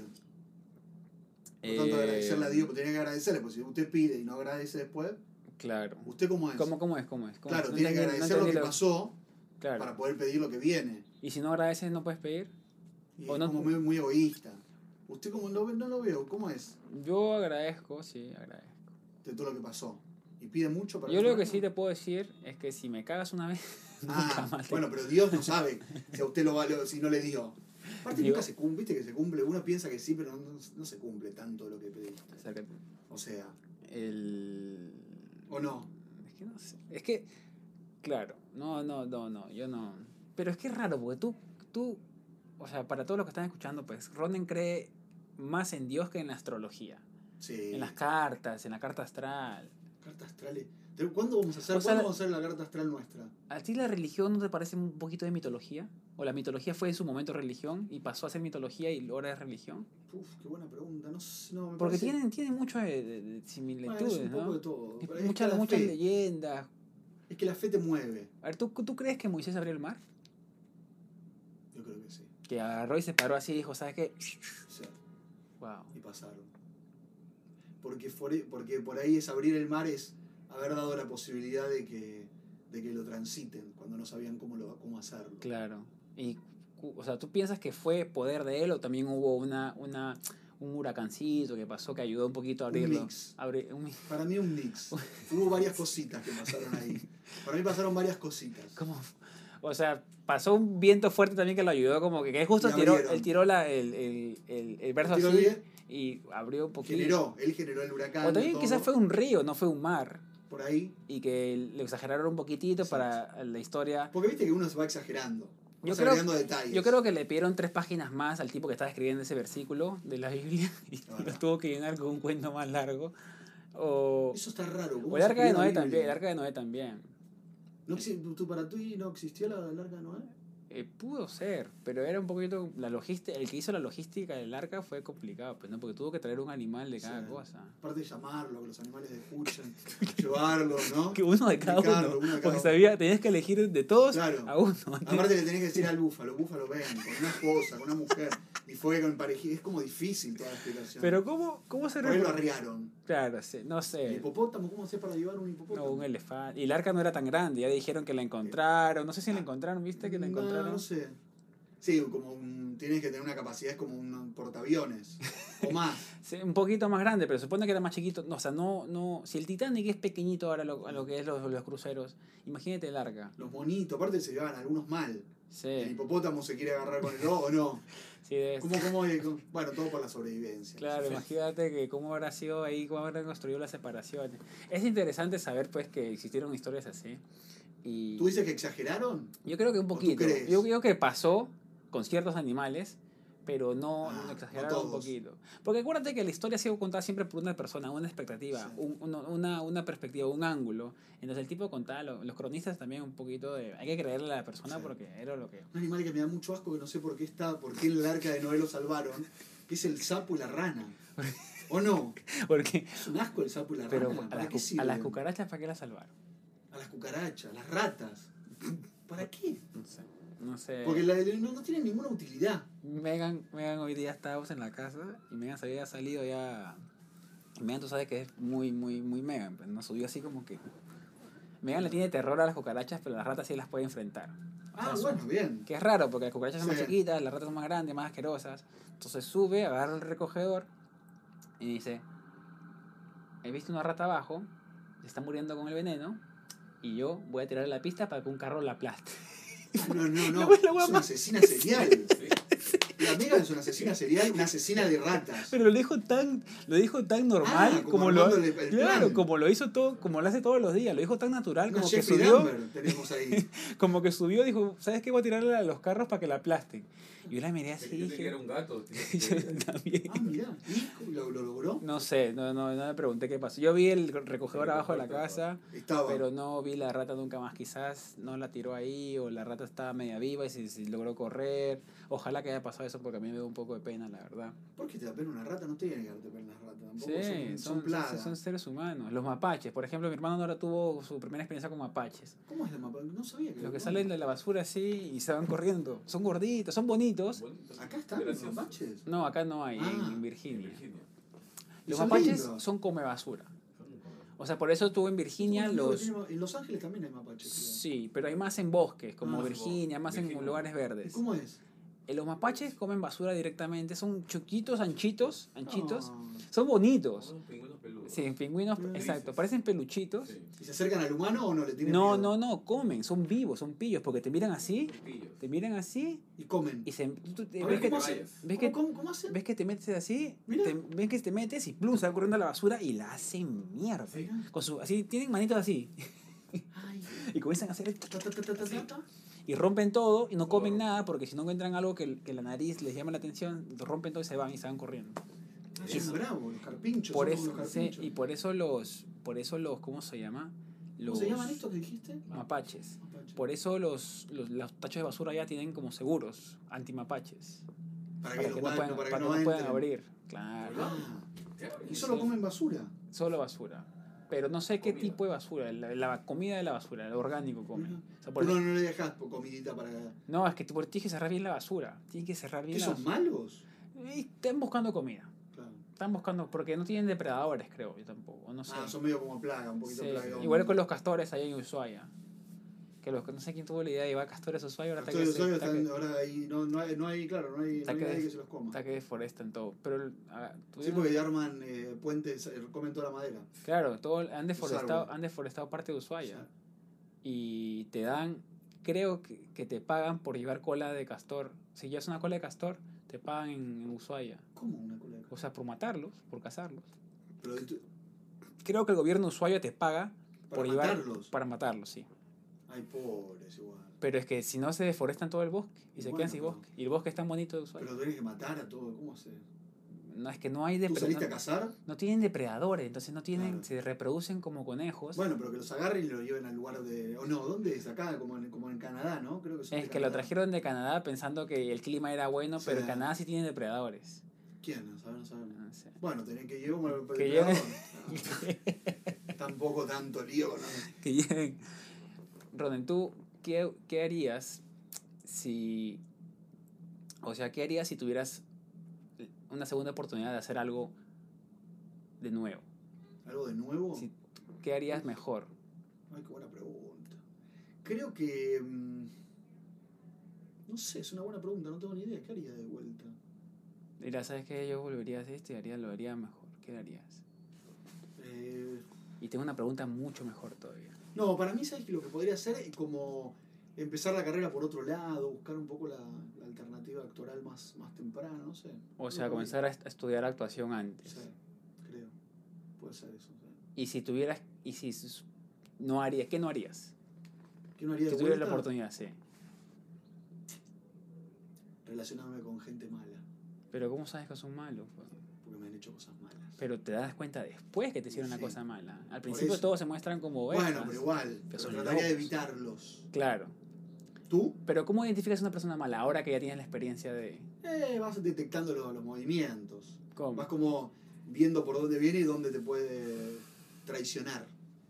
Por tanto,
Eh,
agradecerle a Dios, porque tenía que agradecerle, porque si usted pide y no agradece después,
Claro.
¿usted cómo es?
¿Cómo, cómo es? ¿Cómo es? ¿Cómo
Claro,
es? No
tiene que
entendí- no
agradecer lo que
entendí
pasó
Claro.
para poder pedir lo que viene.
Y si no agradeces, no puedes pedir.
Y
O
es
no-
como muy, muy egoísta. ¿Usted cómo lo ve? No lo veo? ¿Cómo es
Yo agradezco, sí, agradezco.
de todo lo que pasó? ¿Y pide mucho para
Yo
el
lo que
otro
sí
año?
te puedo decir es que si me cagas una vez, nunca
Ah,
más te-
bueno, pero Dios no sabe si a usted lo vale si no le dio. Aparte
Digo-
nunca se cumple, viste que se cumple. Uno piensa que sí, pero no, no se cumple tanto lo que pediste.
Acércate.
O sea,
El...
¿o no?
Es que no sé. Es que, claro, no, no, no, no, yo no. Pero es que es raro, porque tú, tú, o sea, para todos los que están escuchando, pues, Ronen cree más en Dios que en la astrología.
Sí.
En las cartas, en la carta astral.
Cartas astrales. ¿De- ¿Cuándo vamos a hacer?
O sea,
¿Cuándo
la-
vamos a hacer la carta astral nuestra?
¿A ti la religión no te parece un poquito de mitología? ¿O la mitología fue en su momento religión y pasó a ser mitología y ahora es religión?
Uf, qué buena pregunta. No, sé, no me
Porque
parece-
tienen, tienen mucho de, de- de
Bueno,
similitudes,
es un poco
¿no?
de todo.
Es
pero es
muchas,
que la
muchas
fe-
leyendas.
Es que la fe te mueve.
A ver, ¿tú, ¿tú crees que Moisés abrió el mar?
Yo creo que sí.
Que agarró y se paró así y dijo, ¿sabes qué?
O sea,
Wow.
y pasaron. Porque, fore- porque por ahí es abrir el mar, es haber dado la posibilidad de que, de que lo transiten cuando no sabían cómo, lo, cómo hacerlo.
Claro. Y, cu- o sea, ¿tú piensas que fue poder de él o también hubo una, una, un huracancito que pasó que ayudó un poquito a
Un
abrirlo?
mix.
Abrir, un mix.
Para mí un mix. Hubo varias cositas que pasaron ahí. Para mí pasaron varias cositas.
¿Cómo? O sea, pasó un viento fuerte también que lo ayudó, como que, que justo
Y
tiró,
abrieron.
él tiró la, el, el, el, el verso
Tiró
así
bien.
y abrió un poquito.
Generó, él generó el huracán.
O también
todo,
quizás fue un río, no fue un mar.
por ahí.
Y que le exageraron un poquitito
Exacto.
para la historia.
Porque viste que uno se va exagerando.
Yo
Vas
creo-
agregando detalles.
Yo creo que le pidieron tres páginas más al tipo que estaba escribiendo ese versículo de la Biblia y
Ahora.
lo tuvo que llenar con un cuento más largo. O,
Eso está raro.
o el arca de Noé también. El arca de Noé también.
¿No, ¿Tú para ti no existió la, el arca de Noé?
Eh, pudo ser, pero era un poquito la logística, el que hizo la logística del arca fue complicado, pues no, porque tuvo que traer un animal de cada sí, cosa.
Aparte de llamarlo, que los animales escuchan, llevarlo, ¿no?
Que uno de cada
Picarlo,
uno,
uno de cada
porque
uno.
sabía, tenías que elegir de todos
claro.
a uno.
Aparte le tenés que decir al búfalo, búfalo ven, con una esposa, con una mujer, y fue con parejita, es como difícil toda la explicación.
Pero ¿cómo, cómo se
Por ahí lo arriaron.
Claro, sí, no sé.
¿El hipopótamo? ¿Cómo hace para llevar un hipopótamo?
No, un elefante. Y el arca no era tan grande, ya dijeron que la encontraron, no sé si la encontraron, ¿viste que la encontraron?
No, no sé. Sí, como un, tienes que tener una capacidad, es como un portaaviones, o más.
Sí, un poquito más grande, pero supone que era más chiquito. No, o sea, no, no, si el Titanic es pequeñito ahora lo, a lo que es los, los cruceros, imagínate el arca.
Los monitos, aparte se llevaban algunos mal.
Sí.
El hipopótamo se quiere agarrar con el ojo o no.
Sí, debe
¿Cómo, cómo, bueno, todo por la sobrevivencia.
Claro,
¿sí?
Imagínate que cómo habrá sido ahí, cómo habrán construido las separaciones. Es interesante saber pues que existieron historias así. Y
¿Tú dices que exageraron?
Yo creo que un poquito. Yo creo que pasó con ciertos animales, pero no,
ah,
no exageraron no un poquito. Porque acuérdate que la historia ha sido contada siempre por una persona, una expectativa, sí. un, una, una perspectiva, un ángulo. Entonces el tipo contaba, los, los cronistas también un poquito de... Hay que creerle a la persona sí. porque era lo que...
Un animal que me da mucho asco, que no sé por qué está, por qué en el arca de Noé lo salvaron, que es el sapo y la rana. ¿O no?
Porque
es un asco el sapo y la
pero
rana.
A, las,
qué
a las cucarachas, ¿para qué las salvaron?
A las cucarachas, las ratas. ¿Para qué?
No sé. No sé.
Porque la, no, no tiene ninguna utilidad.
Megan, Megan hoy día estábamos en la casa y Megan se había salido ya. Megan, tú sabes que es muy, muy, muy Megan. Pero nos subió así como que. Megan le tiene terror a las cucarachas, pero las ratas sí las puede enfrentar. O
ah,
sea,
bueno,
son,
bien.
Que es raro porque las cucarachas son
sí.
más chiquitas, las ratas son más grandes, más asquerosas. Entonces sube, agarra el recogedor y dice: he visto una rata abajo, se está muriendo con el veneno y yo voy a tirarle la pista para que un carro la aplaste.
Ah, no, no, no. Es una asesina serial. La Megan es una asesina serial, una asesina de ratas.
Pero lo dijo tan, lo dijo tan normal
ah, como,
como lo,
el
claro,
plan.
como lo hizo todo, como lo hace todos los días, lo dijo tan natural
una
como
Jeffrey
que subió,
Dahmer tenemos ahí.
como que subió, dijo, ¿sabes qué? Voy a tirarle a los carros para que la aplasten. Y yo la miré así y
dije,
dije,
que era un gato.
yo también.
Ah, mirá, ¿y lo, lo logró?
No sé, no, no, no me pregunté qué pasó. Yo vi el recogedor abajo de la casa,
estaba.
pero no vi la rata nunca más. Quizás no la tiró ahí o la rata estaba media viva y se, se logró correr. Ojalá que haya pasado eso porque a mí me da un poco de pena, la verdad.
¿Por qué te da pena una rata? No tiene que darte pena las ratas. Tampoco
Sí,
son,
son,
son plagas.
son seres humanos. Los mapaches, por ejemplo, mi hermano ahora tuvo su primera experiencia con mapaches.
¿Cómo es el mapache? No sabía que
Los que
no.
salen de la basura así y se van corriendo. Son gorditos, son bonitos.
¿Acá están los mapaches?
No, acá no hay,
ah,
en, en Virginia.
Virginia.
Los mapaches lindos. Son come basura. O sea, por eso tú en Virginia los...
En Los Ángeles también hay mapaches.
Sí, pero hay más en bosques, como
ah,
Virginia, más Virginia. En lugares verdes.
¿Y cómo es?
Los mapaches comen basura directamente, son chiquitos, anchitos, anchitos.
Oh.
Son bonitos.
Son pingüinos peludos.
Sí, pingüinos,
¿Pero
exacto, parecen peluchitos.
Sí. ¿Y se acercan al humano o no le tienen
No,
miedo?
no, no, comen, son vivos, son pillos, porque te miran así,
Pillos.
te miran así
y comen.
y se tú, tú,
A
ves,
ver,
que,
¿cómo hacen?
ves, que,
¿Cómo, cómo hacen?
ves que te metes así,
Mira.
te, ves que te metes y plum, se va corriendo a la basura y la hacen mierda.
Mira.
Con su, así, tienen manitos así.
Ay.
Y comienzan a hacer el
Ta, ta, ta, ta, ta, ta, ta.
y rompen todo y no comen oh. nada porque si no encuentran algo que, que la nariz les llama la atención, rompen todo y se van y se van corriendo.
Ah, son bravos, los carpinchos.
Por
son
eso,
los carpinchos.
sí, y por eso los, por eso los, ¿cómo se llama? Los
¿Cómo se llaman estos que dijiste?
Mapaches.
Mapache.
Por eso los, los, los tachos de basura ya tienen como seguros antimapaches.
Para,
Para
que,
que
los
no
guarden,
puedan,
para que
para
no,
que no puedan
entren.
abrir. Claro.
Ah. Y solo comen basura.
Solo basura. Pero no sé qué
Comida.
tipo de basura. La, la comida de la basura, el orgánico comen.
Uh-huh.
O sea, por
Tú no,
ejemplo,
no le dejas comidita para...
no, es que tú tienes que cerrar bien la basura. Tienes que cerrar bien
¿Qué
la
son
basura.
malos?
Y están buscando comida.
Claro.
Están buscando, porque no tienen depredadores, creo, yo tampoco. No sé.
Ah, son medio como plaga, un poquito
Sí.
plaga.
Igual con los castores allá en Ushuaia. Que los, no sé quién tuvo la idea de llevar castores a Ushuaia. Ahora está que,
Estoy,
se-
estoy,
está que-
están, ahora ahí no, no, hay, no hay, claro, no hay, no
Está
hay
que-
nadie que se los coma.
está que deforestan todo. Pero, ah,
Sí,
tuvieron-
porque arman eh, puentes, eh, comen toda la madera.
claro, todo, han, deforestado,
árboles.
han deforestado parte de Ushuaia.
Sí.
Y te dan, creo que, que te pagan por llevar cola de castor. Si llevas una cola de castor, te pagan en, en Ushuaia.
¿Cómo una cola de
O sea, por matarlos, por cazarlos.
Pero, tú-
Creo que el gobierno de Ushuaia te paga
para
por llevar...
matarlos.
Para matarlos, sí.
Ay, pobres igual.
Pero es que si no se deforestan todo el bosque y se
Bueno,
quedan sin
pero-
bosque. Y el bosque es tan bonito de Ushuaia.
Pero tenés que matar a todo, ¿cómo hacer?
no es que no hay
¿Tú saliste a
depredadores.
cazar?
No tienen depredadores, entonces no tienen,
Claro.
se reproducen como conejos.
Bueno, pero que los agarren y los lleven al lugar de... O no, ¿dónde es? Acá, como en, como en Canadá, ¿no? Creo que son
Es
de
que lo
Canadá.
trajeron de Canadá pensando que el clima era bueno, pero
Sí.
en Canadá sí tienen depredadores.
¿Quién? No sabemos, no sabemos.
No sé.
Bueno, tenés que llevar un
Que
depredador.
lleven-
No, tampoco tanto lío, ¿no?
que lleven. Ronen, ¿tú qué, qué harías si... O sea, ¿qué harías si tuvieras una segunda oportunidad de hacer algo de nuevo?
¿Algo de nuevo?
Si- ¿Qué harías mejor?
Ay, qué buena pregunta. Creo que... mm, no sé, es una buena pregunta, no tengo ni idea. ¿Qué haría de vuelta?
Mira, ¿sabes qué? Yo volvería a hacer esto y haría, lo haría mejor. ¿Qué harías?
Eh,
Y tengo una pregunta mucho mejor todavía.
no, para mí, ¿sabes que lo que podría hacer es como empezar la carrera por otro lado, buscar un poco la, la alternativa actoral más, más temprana, no sé.
O
No
sea,
lo
comenzar a est- a estudiar actuación antes.
Sí, creo. Puede ser eso. Sí.
Y si tuvieras... Y si s- no harías... ¿Qué no harías?
¿Qué no haría
Si
de
tuvieras
vuelta?
la oportunidad, sí.
Relacionarme con gente mala,
Pero ¿cómo sabes que son malos? Pues?
porque me han hecho cosas malas.
Pero te das cuenta después que te hicieron una
Sí.
cosa mala. Al
Por
principio
eso.
todos se muestran como
Bueno,
ovejas.
pero igual, pero
son
trataría de
locos.
evitarlos.
Claro.
¿Tú?
Pero ¿cómo identificas a una persona mala ahora que ya tienes la experiencia de...
Eh, vas detectando los, los movimientos.
¿Cómo?
Vas como viendo por dónde viene y dónde te puede traicionar.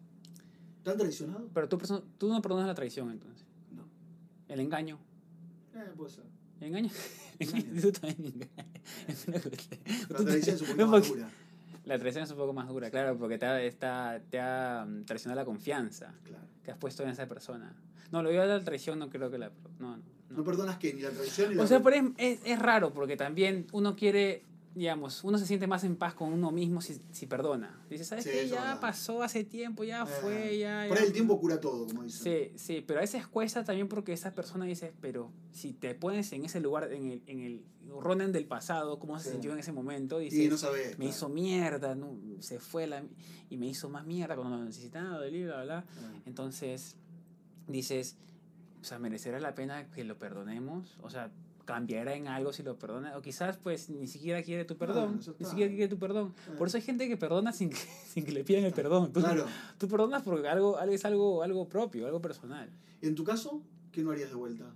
¿Te han traicionado?
Pero tú, perso- tú no perdonas la traición entonces.
No.
El engaño.
Eh, puede ser.
¿El engaño?
Engaño.
Tú también engañas.
La traición es un poquito
Un
más
poqu-
dura.
La traición es un poco más dura, claro, porque te ha, está, te ha mm, traicionado la confianza
Claro.
que has puesto en esa persona. No, lo yo de la traición no creo que la... No, no.
No perdonas que ni la traición ni la...
O sea, pero es, es, es raro porque también uno quiere, digamos, uno se siente más en paz con uno mismo si, si perdona. Dice, ¿sabes
Sí,
qué?
eso es
Ya
verdad.
pasó hace tiempo, ya
Eh,
fue, ya...
Por
ya-
ahí el tiempo cura todo, como dicen.
Sí, sí, pero a veces cuesta también porque esa persona dice, pero si te pones en ese lugar, en el, en el Ronan del pasado, cómo se
Sí.
sintió en ese momento,
Y
dices,
no sabes.
me hizo mierda, ¿no? Se fue la, y me hizo más mierda cuando lo necesitaba, bla, bla, bla. Entonces, dices, o sea, ¿merecerá la pena que lo perdonemos? O sea, ¿cambiará en algo si lo perdona? O quizás, pues, ni siquiera quiere tu perdón.
Claro, eso
Ni
está.
siquiera quiere tu perdón.
Claro.
Por eso hay gente que perdona sin que, sin que le pidan el perdón. Tú,
Claro.
tú perdonas porque algo, algo es algo, algo propio, algo personal.
En tu caso, ¿qué no harías de vuelta?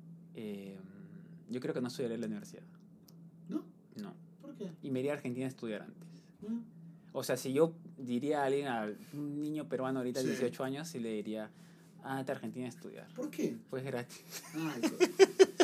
Eh, yo creo que no estudiaré en la universidad.
¿No?
No.
¿Por qué?
Y me iría a Argentina a estudiar antes.
¿No?
O sea, si yo diría a alguien, a un niño peruano ahorita de
Sí.
dieciocho años, y le diría, ándate a Argentina a estudiar.
¿Por qué?
Pues gratis.
Ay, hijo de-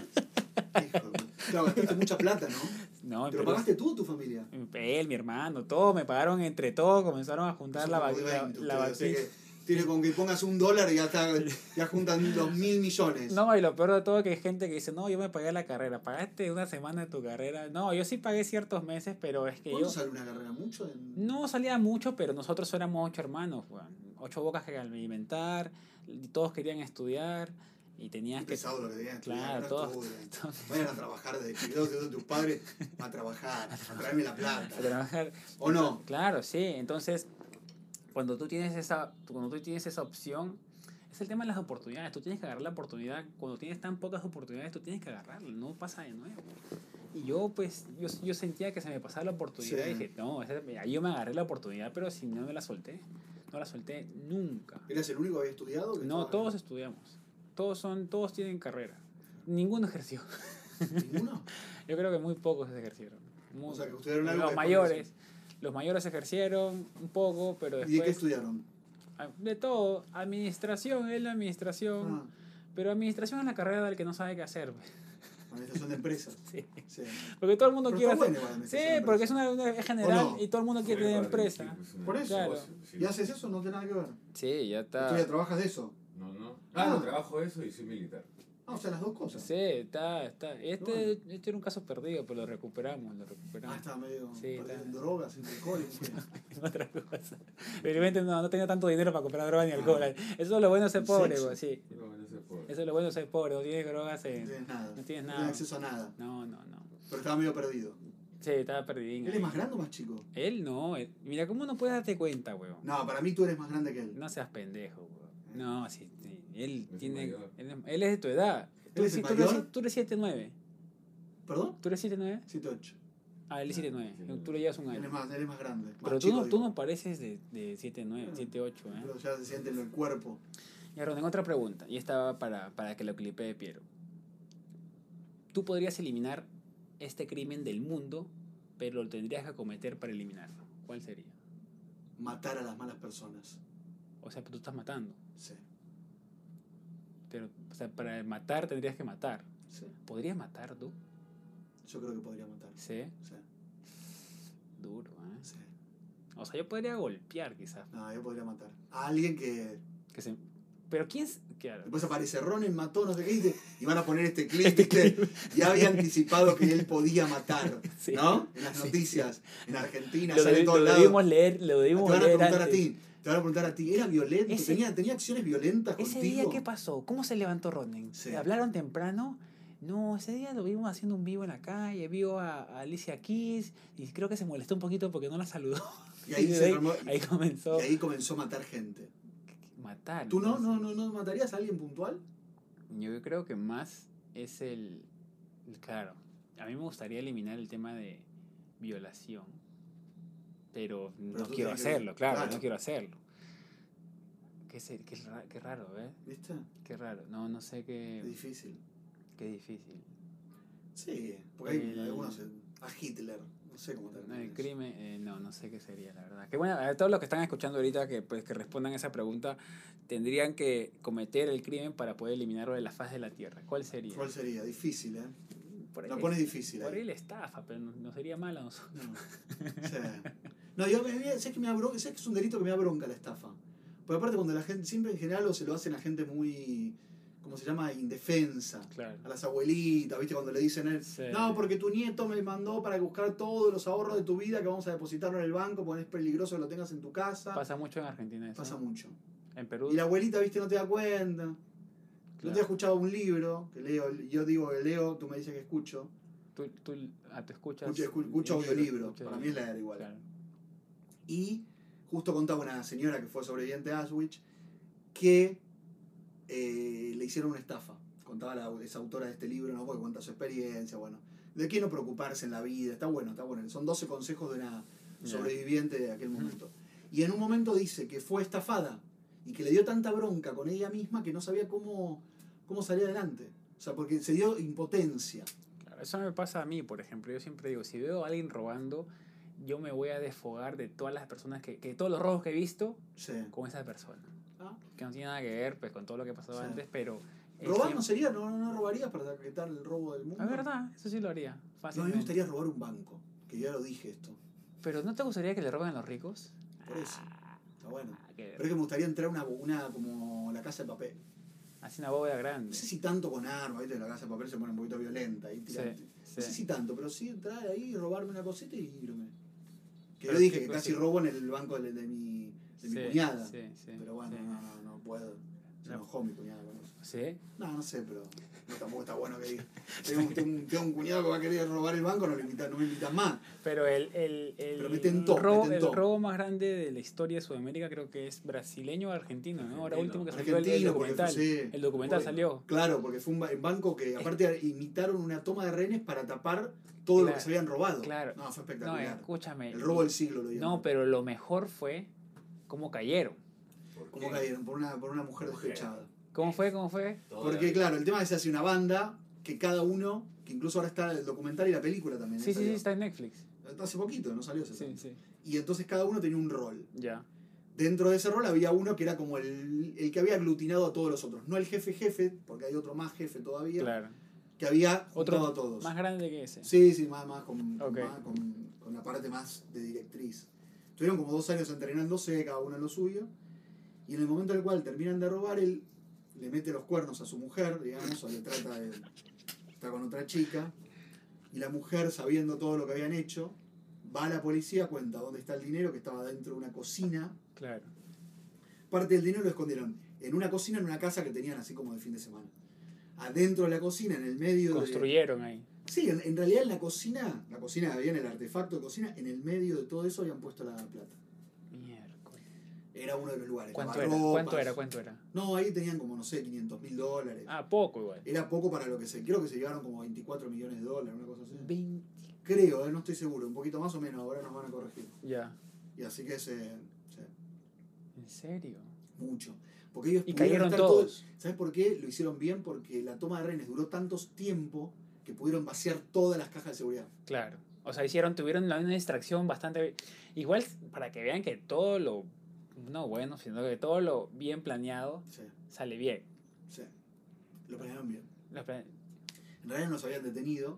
hijo de- Claro, gastaste mucha plata, ¿no?
No, en
¿Te lo
Perú-
pagaste tú o tu familia?
Él, mi hermano, todo, me pagaron entre todos, comenzaron a juntar
Son
la
como
vaquita.
veinte
La,
ustedes, o sea
vaquita.
que tiene con que pongas un dólar y ya, está, ya juntan los mil millones.
No, y lo peor de todo es que hay gente que dice, no, yo me pagué la carrera, pagaste una semana de tu carrera. No, yo sí pagué ciertos meses, pero es que
¿Cuánto
yo...
sale una carrera? ¿Mucho? En...
No salía mucho, pero nosotros éramos ocho hermanos, weón. Ocho bocas que alimentar, y todos querían estudiar, y tenías
Qué
que...
pesado lo que tenían.
Claro,
no
todos-
estudien.
todos-
Vayan a trabajar desde chiquitos, que son tus padres, a trabajar, a traerme la plata.
a trabajar.
¿O no?
Claro, sí. Entonces, cuando tú tienes esa, cuando tú tienes esa opción, es el tema de las oportunidades. Tú tienes que agarrar la oportunidad. Cuando tienes tan pocas oportunidades, tú tienes que agarrarla. No pasa de nuevo. Y yo, pues, yo, yo sentía que se me pasaba la oportunidad
Sí.
y dije, no, esa- yo me agarré la oportunidad, pero si no me la solté. No la solté nunca.
¿Eras el único que había estudiado? Que
No,
estaba-
todos estudiamos. Todos son, todos tienen carrera. Ninguno ejerció.
¿Ninguno?
Yo creo que muy pocos ejercieron. Muy-
O sea, que estudiaron algo
los
que
mayores. Los mayores ejercieron un poco, pero
¿Y de qué
después...
estudiaron?
Ah, de todo. Administración, es la administración.
Ah,
Pero administración es la carrera del que no sabe qué hacer.
administración de empresas.
Sí.
Sí.
Porque todo el mundo
Pero
quiere
está
hacer...
buena igual la
Sí,
administración de
porque es
empresas.
una, una es general
¿O no?
y todo el mundo quiere tener empresa.
Por eso.
Claro.
¿Y haces eso? No tiene nada que ver.
Sí, ya
¿Tú
está.
ya trabajas de eso?
No, no.
Ah.
Ah, no, trabajo eso y soy militar.
Ah, o sea, las dos cosas.
Sí, está, está. Este,
Bueno.
este era un caso perdido, pero lo recuperamos, lo
Ah,
recuperamos.
está medio
Sí,
perdido
está.
en drogas, en alcohol. en-
Otra cosa. Evidentemente no, no tenía tanto dinero para comprar drogas ni
Ah.
alcohol. Eso es lo bueno de ser
¿Y
pobre,
sexo?
güey, sí.
No, no sé por.
Eso es lo bueno de ser pobre, no tienes drogas
No
en...
tienes nada.
No tienes
No
nada.
tienes acceso a nada.
No, no, no.
Pero estaba medio perdido.
Sí, estaba perdidín.
¿Él
ahí.
es más grande o más chico?
Él no, él- mira, ¿cómo no puedes darte cuenta, weón?
No, para mí tú eres más grande que él.
No seas pendejo, weón. No, sí, sí, él
Es
tiene...
mayor.
Él es, él es de tu edad. Tú,
¿Él es
sí,
el
tú eres,
mayor?
tú eres siete nueve.
¿Perdón?
¿Tú eres siete nueve?
siete ocho.
Ah, él es siete nueve.
siete nueve.
Tú le llevas un
Él
año.
es más, él es más grande. Más
Pero tú
chico,
no, tú
digo.
no pareces de, de siete nueve, siete ocho, ¿eh?
Pero ya se siente en el cuerpo.
Y ahora, en otra pregunta, y esta va para, para que lo clipee Piero. Tú podrías eliminar este crimen del mundo, pero lo tendrías que cometer para eliminarlo. ¿Cuál sería?
Matar a las malas personas.
O sea, tú estás matando.
Sí.
Pero, o sea, para matar tendrías que matar.
Sí.
¿Podrías matar tú?
Yo creo que podría matar.
Sí.
Sí.
Duro, ¿eh?
Sí.
O sea, yo podría golpear quizás.
No, yo podría matar. A alguien que.
Que se... Pero ¿quién es? Claro.
Después aparece Ronen mató, no sé qué, y, te- y van a poner este clip, ¿viste? Ya había anticipado que él podía matar,
Sí.
¿no? En las
Sí,
noticias, en Argentina,
Lo,
sale en
debi-
todos
lo
lados.
debimos leer, lo
Te
debimos
van a
leer
preguntar a
antes.
ti, te van a preguntar a ti, ¿era violento?
Ese-
¿Tenía, ¿Tenía acciones violentas
Ese
contigo?
día, ¿qué pasó? ¿Cómo se levantó Ronen?
Sí.
¿Hablaron temprano? No, ese día lo vimos haciendo un vivo en la calle, vio a, a Alicia Keys y creo que se molestó un poquito porque no la saludó.
Y ahí,
Y
se
de ahí,
armó-
ahí comenzó
y ahí comenzó a matar gente.
matar.
¿Tú no,
entonces.
no, no, no matarías a alguien puntual?
Yo creo que más es el, el- Claro, a mí me gustaría eliminar el tema de violación, pero no
Pero tú
quiero
tienes que-
hacerlo, claro,
claro.
no quiero hacerlo. Qué, se- qué, ra- qué raro, ¿eh?
¿Viste?
Qué raro. No, no sé
Es
qué...
difícil.
Qué difícil.
Sí, porque hay
El-
algunos... A Hitler, no sé cómo
No,
termina
el
eso.
crimen, eh, no, no sé qué sería, la verdad. Que bueno, a todos los que están escuchando ahorita que, pues, que respondan esa pregunta, tendrían que cometer el crimen para poder eliminarlo de la faz de la tierra. ¿Cuál sería?
¿Cuál sería? Difícil, ¿eh?
Por ahí
Lo
le-
pones difícil
Por
ahí.
ahí la estafa, pero no, no sería malo a nosotros.
No. Sí. No, yo me- me- sé que me da bronca, sé que es un delito que me da bronca la estafa. Porque aparte cuando la gente, siempre en general lo- se lo hacen a gente muy, ¿cómo se llama? Indefensa.
Claro.
A las abuelitas, ¿viste? Cuando le dicen, él,
Sí.
no, porque tu nieto me mandó para buscar todos los ahorros de tu vida que vamos a depositarlo en el banco porque es peligroso que lo tengas en tu casa.
Pasa mucho en Argentina eso.
Pasa mucho.
En Perú.
Y la abuelita, ¿viste? No te da cuenta. No
claro.
te he escuchado un libro, que leo, yo digo que leo, tú me dices que escucho.
Tú, tú, ah, tú escuchas.
Escucho, escu- escucho
el
audiolibro,
escuchas
para mí es
el-
leer igual.
Claro.
Y justo contaba una señora que fue sobreviviente de Auschwitz que eh, le hicieron una estafa. Contaba la, esa autora de este libro, ¿no? Porque cuenta su experiencia, bueno. De qué no preocuparse en la vida, está bueno, está bueno. Son doce consejos de una
Ya.
sobreviviente de aquel
Ujú.
momento. Y en un momento dice que fue estafada y que le dio tanta bronca con ella misma que no sabía cómo, cómo salir adelante. O sea, porque se dio impotencia.
Claro, eso me pasa a mí, por ejemplo. Yo siempre digo, si veo a alguien robando, yo me voy a desfogar de todas las personas que, que todos los robos que he visto
Sí.
con esa persona.
Ah,
Que no tiene nada que ver pues con todo lo que pasó
Sí.
antes, pero... es
¿robar
siempre-
no sería? ¿No, no robarías para quitar el robo del mundo?
Es verdad, eso sí lo haría.
No, a mí me
Fácilmente.
gustaría robar un banco, que ya lo dije esto.
Pero ¿no te gustaría que le roben a los ricos?
Por eso.
Ah,
Está bueno.
qué-
Pero es que me gustaría entrar a una, una como la casa de papel.
Así una bóveda
No
grande.
sé si tanto con armas, ¿viste? La casa de papel se pone un poquito violenta. Ahí
Sí,
tirante.
sí.
No sé si tanto, pero sí entrar ahí, robarme una cosita y irme. Que
Pero
yo dije
qué
que casi
cosita.
robo en el banco de, de mi, de mi
Sí,
cuñada.
sí, sí,
pero bueno,
sí.
no, no, no puedo. Se
No.
enojó mi cuñada con eso.
¿Sí?
No, no sé, pero no, tampoco está bueno que diga. Tengo, un- tengo un, tengo un cuñado que va a querer robar el banco, no, lo invitan, no me invitan más.
Pero el, el, el,
Pero me tentó, me
robo,
tentó.
el robo más grande de la historia de Sudamérica creo que es brasileño o argentino, ¿no? Ahora
Argentino.
último que salió el, el
Argentino, porque
documental.
fue- sí,
el documental
fue-
salió.
Claro, porque fue un ba- un banco que aparte imitaron una toma de rehenes para tapar todo lo
Claro,
que se habían robado.
claro.
No, fue
No,
espectacular.
escúchame.
El robo del siglo lo
No,
llaman.
pero lo mejor fue cómo cayeron.
¿Por
¿Cómo
qué?
cayeron? Por una, por una mujer
Mujer.
despechada.
¿Cómo fue? ¿Cómo fue?
Toda
Porque
la-
claro, el tema es que se hace una banda que cada uno, que incluso ahora está el documental y la película también.
Sí,
¿eh?
sí, sí,
Salió.
está en Netflix.
Hace poquito, no salió ese
Sí,
tanto.
sí.
Y entonces cada uno tenía un rol.
Ya.
Dentro de ese rol había uno que era como el, el que había aglutinado a todos los otros. No el jefe jefe, porque hay otro más jefe todavía,
Claro.
que había
Otro
juntado a todos.
Más grande que ese.
Sí, sí, más, más, con, con
Ok.
más con, con la parte más de directriz. Estuvieron como dos años entrenándose, cada uno en lo suyo. Y en el momento en el cual terminan de robar, él le mete los cuernos a su mujer, digamos, o le trata de... está con otra chica. Y la mujer, sabiendo todo lo que habían hecho, va a la policía, cuenta dónde está el dinero, que estaba dentro de una cocina.
Claro.
Parte del dinero lo escondieron en una cocina, en una casa que tenían así como de fin de semana. Adentro de la cocina, en el medio de...
Construyeron ahí.
Sí, en, en realidad en la cocina, la cocina había en el artefacto de cocina, en el medio de todo eso habían puesto la plata.
Miércoles.
Era uno de los lugares.
¿Cuánto era?
Lavarropas.
¿Cuánto era? ¿Cuánto era?
No, ahí tenían como, no sé, quinientos mil dólares.
Ah, poco igual.
Era poco para lo que se... Creo que se llevaron como veinticuatro millones de dólares, una cosa así.
veinte.
Creo, eh, no estoy seguro. Un poquito más o menos, ahora nos van a corregir.
Ya.
Y así que se... se
¿En serio?
mucho. Porque ellos
Y
pudieron
cayeron
estar
todos.
¿Sabes por qué? Lo hicieron bien porque la toma de rehenes duró tanto tiempo que pudieron vaciar todas las cajas de seguridad.
Claro. O sea, hicieron, tuvieron una distracción bastante... Igual, para que vean que todo lo... No bueno, sino que todo lo bien planeado
Sí,
sale bien.
sí. Lo planearon bien.
Los, plan-
En realidad nos habían detenido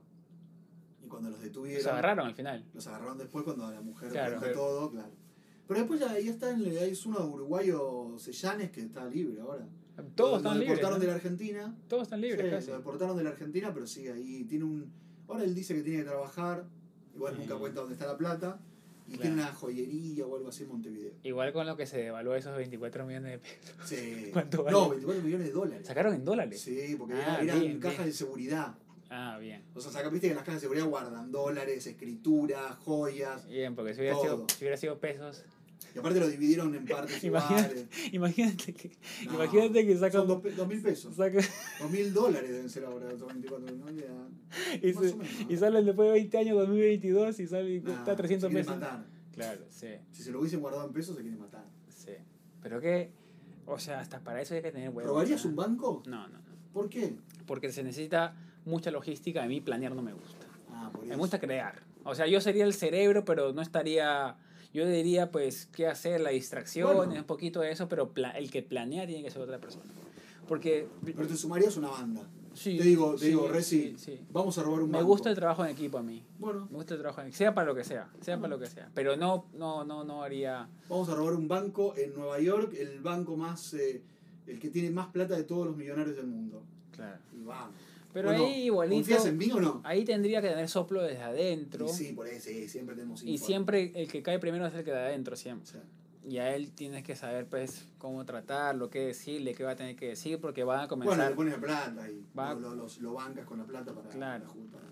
y cuando los detuvieron...
los agarraron al final.
Los agarraron después cuando la mujer
Claro,
cuenta
pero-
todo, claro. Pero después ya ahí está, en, hay uno uruguayo, Sellanes, que está libre ahora.
Todos
lo,
están
lo
libres.
deportaron
¿no?
de la Argentina.
Todos están libres
Sí,
casi.
lo deportaron de la Argentina, pero sigue ahí. Tiene un... Ahora él dice que tiene que trabajar, igual
Sí.
nunca cuenta dónde está la plata, y
Claro.
tiene una joyería o algo así en Montevideo.
Igual con lo que se devaluó esos veinticuatro millones de pesos.
Sí.
¿Cuánto vale?
No, veinticuatro millones de dólares.
¿Sacaron en dólares?
Sí, porque
Ah,
eran
bien,
cajas
bien.
de seguridad.
Ah, bien.
O sea, saca, viste que en las cajas de seguridad guardan dólares, escrituras, joyas.
Bien, porque si hubiera,
Todo.
sido, si hubiera sido pesos...
Y aparte lo dividieron en partes
Imagínate,
iguales.
imagínate que,
No,
imagínate que
Son
sacan...
dos, pe- dos mil pesos.
sacan
Dos mil dólares deben ser ahora, son veinticuatro ¿no? Ya,
y,
más
se-
o menos,
y
¿no?
salen después de veinte años, dos mil veintidós, y sale y
Nah,
cuesta trescientos
se quiere
pesos.
matar.
Claro, sí,
Si se lo hubiesen guardado en pesos, se quiere matar.
sí. Pero que, o sea, hasta para eso hay que tener huevos.
¿Probarías
¿no?
un banco?
No, no, no.
¿Por qué?
Porque se necesita mucha logística. A mí planear no me gusta.
Ah, por
Me
eso.
gusta crear. O sea, yo sería el cerebro, pero no estaría... Yo diría, pues, qué hacer, la distracción,
Bueno.
un poquito de eso, pero pla- el que planea tiene que ser otra persona. Porque...
Pero te sumarías una banda.
Sí,
te digo, te
sí,
digo, Reci,
sí, sí.
vamos a robar un
Me
banco.
gusta el trabajo en equipo a mí.
Bueno,
Me gusta el trabajo en equipo. Sea para lo que sea. Sea para lo que sea. Pero no, no, no, no haría...
vamos a robar un banco en Nueva York, el banco más, eh, el que tiene más plata de todos los millonarios del mundo.
Claro.
Y vamos.
Pero
Bueno,
ahí igualito...
¿confías en mí o no?
Ahí tendría que tener soplo desde adentro.
Y sí, por eso, sí, siempre tenemos
Y
info.
siempre el que cae primero es el que de adentro, siempre.
O sea,
Y a él tienes que saber, pues, cómo tratarlo, qué decirle, qué va a tener que decir, porque van a
bueno,
comenzar...
le pones la plata y
Va-
lo, lo, los- lo bancas con la plata para,
Claro.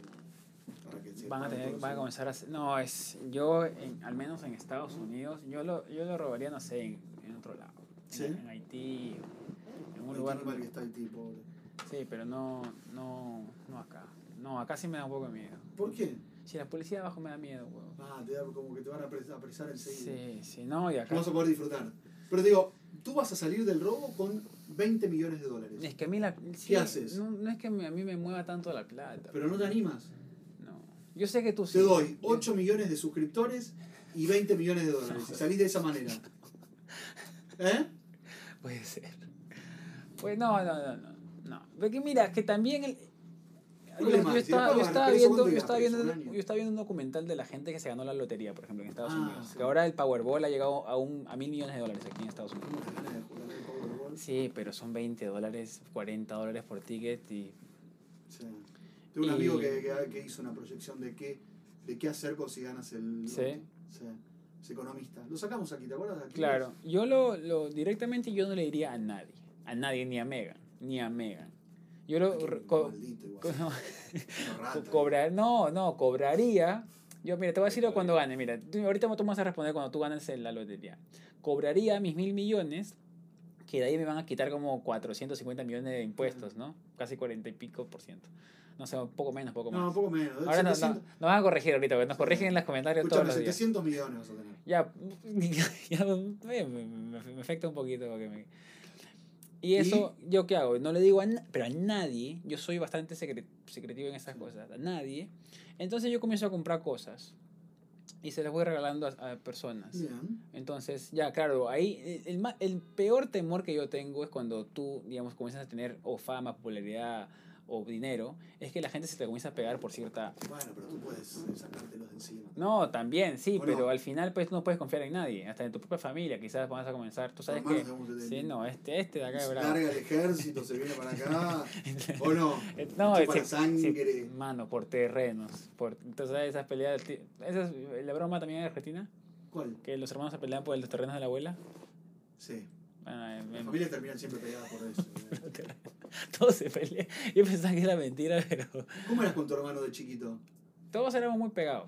para, para que se
van a
pague
tener
todo
van a
eso.
comenzar a hacer, no es yo en- al menos en Estados Unidos yo lo yo lo robaría no sé en, en otro lado en,
¿Sí?
en Haití en un
Ay,
lugar
qué mal que está Haití, pobre.
sí pero no no no acá no acá sí me da un poco de miedo
¿Por qué?
si la policía de abajo me da miedo weón.
Ah, te da como que te van a apres- apresar enseguida.
sí sí no y
No
acá
vas a poder disfrutar. Pero te digo, tú vas a salir del robo con veinte millones de dólares.
es que a mí la sí,
haces?
no, no es que me- a mí me mueva tanto la plata
Pero no te animas.
no yo sé que tú sí
Te doy ocho millones de suscriptores y veinte millones de dólares. Y salís de esa manera. ¿Eh?
puede ser pues no no no no no porque mira que también el
¿Por
Yo,
qué
yo
más? Si
estaba,
después
yo
van a
estaba
preso,
viendo,
¿cuánto
yo
iba
estaba
preso?
viendo,
¿Un año?
yo estaba viendo un documental de la gente que se ganó la lotería, por ejemplo, en Estados
Ah,
Unidos.
sí.
Que ahora el Powerball ha llegado a un a mil millones de dólares aquí en Estados Unidos.
Tengo unas ganas de jugar al Powerball.
Sí, pero son veinte dólares, cuarenta dólares por ticket y
Sí. Tengo un
Y-
amigo que, que, que hizo una proyección de qué, de qué hacer con si ganas el
Sí.
loto. Sí. Es economista. Lo sacamos aquí, ¿te acuerdas? Aquí
claro, yo lo, lo directamente yo no le diría a nadie, a nadie ni a Megan, ni a Megan. Yo lo
Aquí,
co-
maldito igual.
co- no,
Una rata.
co- cobrar, no, no, cobraría. Yo, mira, te voy a decir cuando gane. Mira, tú- ahorita tú me vas a responder cuando tú ganes en la lotería. Cobraría mis mil millones, que de ahí me van a quitar como cuatrocientos cincuenta millones de impuestos, ¿no? Casi cuarenta y pico por ciento. No sé, un poco menos, poco más.
No, un poco menos.
Ahora no, no,
setecientos
nos van a corregir ahorita, porque nos corrigen en los comentarios todos
Escúchame,
los días.
setecientos millones vas a tener.
Ya, ya me, me- me afecta un poquito. Porque me... Y eso, ¿yo qué hago? No le digo a nadie, pero a nadie, yo soy bastante secre- secretivo en estas cosas, a nadie. Entonces yo comienzo a comprar cosas y se las voy regalando a, a personas.
Bien.
Entonces, ya, claro, ahí el, el, ma- el peor temor que yo tengo es cuando tú, digamos, comienzas a tener o fama, popularidad o dinero, es que la gente se te comienza a pegar por cierta...
Bueno, pero tú puedes eh, sacártelos de encima.
No, también, sí,
¿O no?
pero al final pues tú no puedes confiar en nadie, hasta en tu propia familia, quizás vas a comenzar, tú sabes
Hermanos
que...
de un- de-
Sí, no, este, este de acá es
Se
bravo.
larga el ejército, se viene para acá. ¿O no?
Eh, No,
Chupa
sí,
la sangre.
sí, mano, por terrenos. Por, entonces, esas peleas. ti- Esa es la broma también en Argentina,
¿Cuál?
que los hermanos se pelean por los terrenos de la abuela.
Sí.
Bueno, eh,
Las
me-
familias terminan siempre peleadas por eso. ¿eh?
todos se pelean. Yo pensaba que era mentira, pero
¿Cómo eras con tu hermano de chiquito?
todos éramos muy pegados.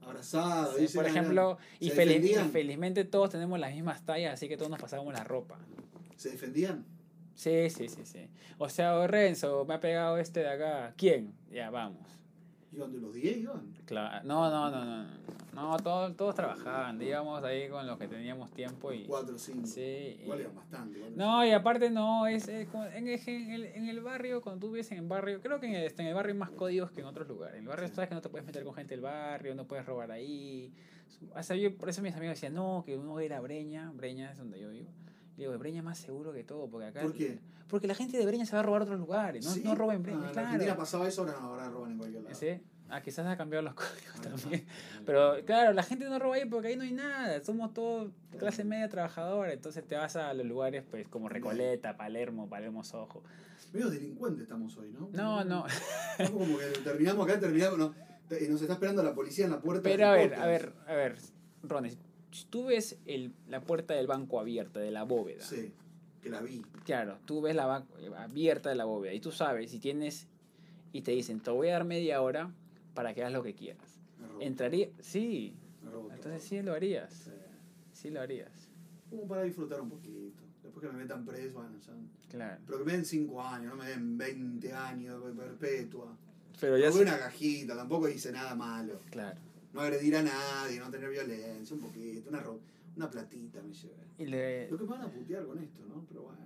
Abrazada,
Sí,
dicen,
por
ah,
ejemplo, y,
¿se
feliz- y
defendían?
felizmente todos tenemos las mismas tallas, así que todos nos pasábamos la ropa.
¿Se defendían?
Sí, sí, sí, sí. O sea, oh, Renzo, me ha pegado este de acá. ¿Quién? Ya, vamos.
¿Iban de los diez, iban?
Claro. No, no, no, no. No, no todos, todos trabajaban. Íbamos ahí con los que teníamos tiempo y...
cuatro o cinco.
Sí.
Igual
y-
eran bastante. igual
No, y aparte no, es, es como- en, es que en, el, en el barrio, cuando tú vives en el barrio, creo que en el, hasta en el barrio hay más códigos que en otros lugares. En el barrio
Sí.
sabes que no te puedes meter con gente del barrio, no puedes robar ahí. O sea, yo, por eso mis amigos decían, no, que uno va a ir a Breña, Breña es donde yo vivo. Y digo, Breña es más seguro que todo, porque acá...
¿Por qué?
Porque la gente de Breña se va a robar a otros lugares, no,
¿Sí?
no roba en
Ah,
Breña,
en la Argentina
claro.
pasaba eso, ahora, ahora roban en cualquier lado.
Sí. Ah, quizás ha cambiado los códigos
Ah,
también. Pero claro, la gente no roba ahí porque ahí no hay nada. Somos todos clase
Claro.
media trabajadora. Entonces te vas a los lugares pues como Recoleta, Palermo, Palermo Sojo.
Medio delincuentes estamos hoy, ¿no?
No, no.
Estamos como que terminamos acá, terminamos, no, y nos está esperando la policía en la puerta.
Pero
del
a ver,
podcast.
a ver, a ver, Rones, si tú ves el, la puerta del banco abierta, de la bóveda.
Sí, que la vi.
Claro, tú ves la banco abierta de la bóveda y tú sabes si tienes y te dicen, te voy a dar media hora para que hagas lo que quieras.
Me robó.
Entraría, sí.
Me robó todo.
Entonces sí lo harías.
Sí.
Sí lo harías.
Como para disfrutar un poquito. Después que me metan preso, bueno, ya.
Claro.
Pero que me den cinco años, no me den veinte años, perpetua.
Pero ya
Robé
sé-
una cajita, tampoco hice nada malo.
Claro.
No agredir a nadie, no tener violencia, un poquito, una, ro- una platita me llevé.
Y le,
Lo que me van a putear con esto, ¿no? Pero bueno.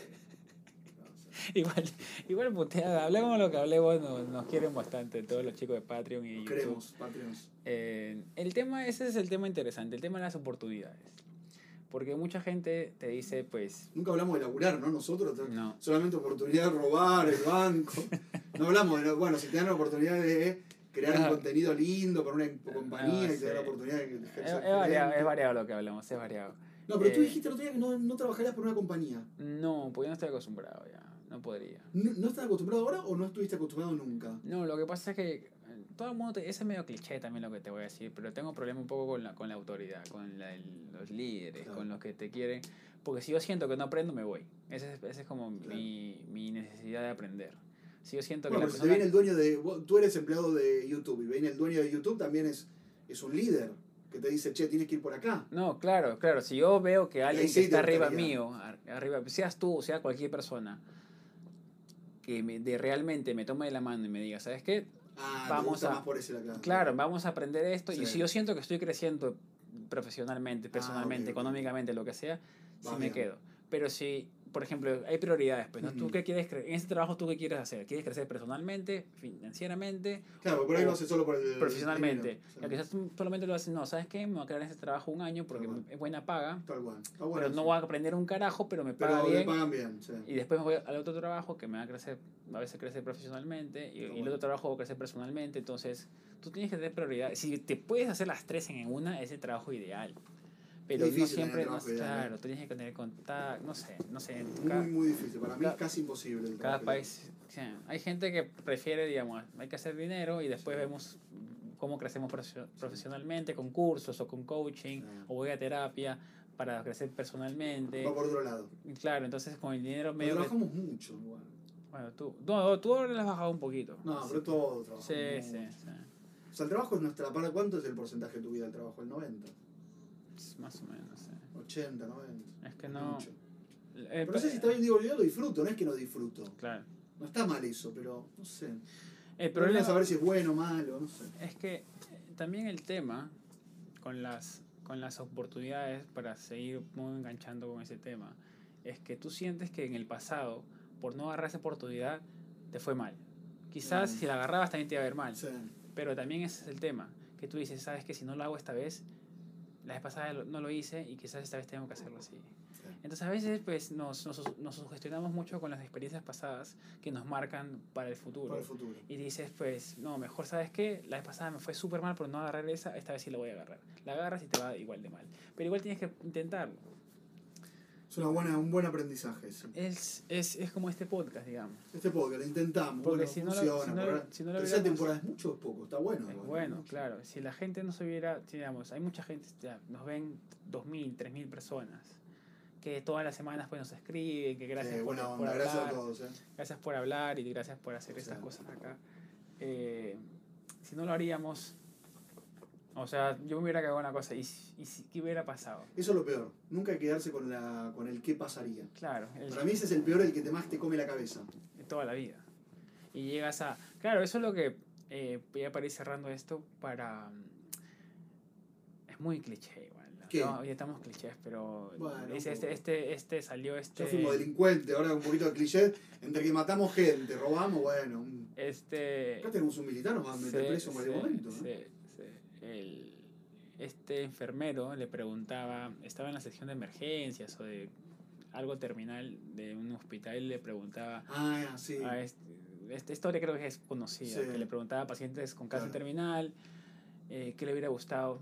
No sé.
igual, igual puteada, hablemos lo que hablemos, nos, nos quieren bastante todos los chicos de Patreon y
Nos
YouTube.
queremos, Patreons.
Eh, el tema, ese es el tema interesante, el tema de las oportunidades. Porque mucha gente te dice, pues,
Nunca hablamos de laburar, ¿no? Nosotros
no.
solamente oportunidad de robar el banco. No hablamos de, bueno, si te dan la oportunidad de crear un
Ajá.
contenido lindo para una compañía
No,
y te dan la
sí.
oportunidad de que te
Es,
ejerzas
es variado,
gerente.
es variado lo que hablamos, es variado.
No, pero tú
Eh,
dijiste el otro día que no, no trabajarías por una compañía.
No, porque yo no estoy acostumbrado ya, no podría.
¿No, ¿No estás acostumbrado ahora o no estuviste acostumbrado nunca?
No, lo que pasa es que eh, todo el mundo, te- ese es medio cliché también lo que te voy a decir, pero tengo problema un poco con la, con la autoridad, con la- el- los líderes,
Claro.
con los que te quieren, porque si yo siento que no aprendo, me voy. Ese es, ese es como
Claro.
mi, mi necesidad de aprender. Si yo siento
Bueno,
que
pero
la
si te viene
persona...
el dueño de. vos- Tú eres empleado de YouTube y viene el dueño de YouTube también es, es un líder que te dice, che, tienes que ir por acá.
No, claro, claro, si yo veo que alguien
Ahí sí
que
te
está arriba
gustaría.
mío, ar- arriba, seas tú, sea cualquier persona, que me, de realmente me tome de la mano y me diga, ¿sabes qué?
Ah,
Vamos
te gusta
a-
más por ese lado.
Claro, vamos a aprender esto. Y
Sí.
si yo siento que estoy creciendo profesionalmente, personalmente,
ok, ok.
económicamente, lo que sea, sí
Va
me
bien.
quedo. Pero si, por ejemplo, hay prioridades, pues, ¿no? ¿Tú
Ujú.
qué quieres cre- en este trabajo tú qué quieres hacer? ¿Quieres crecer personalmente, financieramente,
Claro, por ahí
o
lo haces solo por el.
profesionalmente?
dinero.
Ya quizás tú solamente lo haces, no, ¿sabes qué? Me voy a quedar en este trabajo un año porque
Tal cual.
es buena paga,
Tal cual. Está bueno
pero no
eso.
voy a aprender un carajo, pero me
Pero
paga
le
bien.
pagan bien, sí.
Y después me voy al otro trabajo que me va a crecer, a veces crecer profesionalmente, y, y el
bueno.
otro trabajo va a crecer personalmente. Entonces, tú tienes que tener prioridades. Si te puedes hacer las tres en una, es el trabajo ideal. Pero
Es
no
difícil
siempre,
tener
no,
trabajo ideal,
claro,
¿eh?
tienes que tener contacto, no sé, no sé. en
Muy,
cada,
muy difícil. Para mí
cada-
es casi imposible. el
cada
trabajo.
país, o sea, hay gente que prefiere, digamos, hay que hacer dinero y después vemos cómo crecemos profesio- profesionalmente con cursos o con coaching,
Sí.
o voy a terapia para crecer personalmente.
Va por otro lado.
Y claro, entonces con el dinero
Pero
medio que...
trabajamos mucho, igual.
Bueno, tú, no, tú ahora le has bajado un poquito.
No, pero todo trabajo.
Sí, sí, sí.
O sea, el trabajo es nuestra. ¿Para cuánto es el porcentaje de tu vida del trabajo? ¿El noventa?
Es más o menos, sí.
ochenta, noventa.
Es que no...
Mucho.
eh,
Pero no sé si está bien, digo, yo lo disfruto, no es que no disfruto.
Claro.
No está mal eso, pero no sé.
El
El problema
problema
es saber si es bueno o malo, no sé.
es que eh, también el tema con las, con las oportunidades, para seguir muy enganchando con ese tema, es que tú sientes que en el pasado, por no agarrar esa oportunidad, te fue mal. Quizás
Mm.
si la agarrabas también te iba a ver mal.
Sí.
Pero también ese es el tema, que tú dices, sabes que si no lo hago esta vez, la vez pasada lo- no lo hice y quizás esta vez tengo que hacerlo así. Entonces a veces pues nos, nos, nos sugestionamos mucho con las experiencias pasadas que nos marcan para el futuro.
Para el futuro.
Y dices, pues, no, mejor, ¿sabes qué? La vez pasada me fue súper mal por no agarrar esa, esta vez sí la voy a agarrar. La agarras y te va igual de mal. Pero igual tienes que intentarlo.
Es una buena, un buen aprendizaje ese.
Es, es, es como este podcast, digamos.
Este podcast lo intentamos,
Porque
bueno,
si no lo-
funciona.
si no lo-
pero
si no lo
tercera
hubiéramos-
temporada es mucho o es poco, está bueno.
Es
igual,
bueno,
mucho.
claro. Si la gente no se hubiera, digamos, hay mucha gente, ya, nos ven dos mil, tres mil personas, que todas las semanas pues nos escriben, que gracias
Sí,
por,
buena
por
onda, gracias a
hablar,
todos. Eh.
gracias por hablar y gracias por hacer estas
Sí.
cosas acá. Eh, si no lo haríamos, O sea, yo me hubiera cagado una cosa. ¿Y, si- y si- qué hubiera pasado?
Eso es lo peor. Nunca hay que quedarse con, la, con el qué pasaría.
Claro. el-
Para mí ese es el peor, el que te más te come la cabeza.
de toda la vida. Y llegas a... Claro, eso es lo que... Eh, ya para ir cerrando esto, para... Es muy cliché igual. ¿no?
¿Qué?
No, ya estamos clichés, pero...
Bueno,
es-
un
este,
poco.
este, este salió este...
Ya fuimos delincuentes, ahora un poquito de cliché. Entre que matamos gente, robamos, bueno. Un...
Este...
Acá tenemos un militar, nos va a meter
Sí,
preso en cualquier
sí,
momento. ¿no?
sí, sí. El- este enfermero le preguntaba, estaba en la sección de emergencias o de algo terminal de un hospital y le preguntaba
Ah, sí.
a este, esta historia creo que es conocida,
Sí.
que le preguntaba a pacientes con cáncer
Claro.
terminal eh, qué le hubiera gustado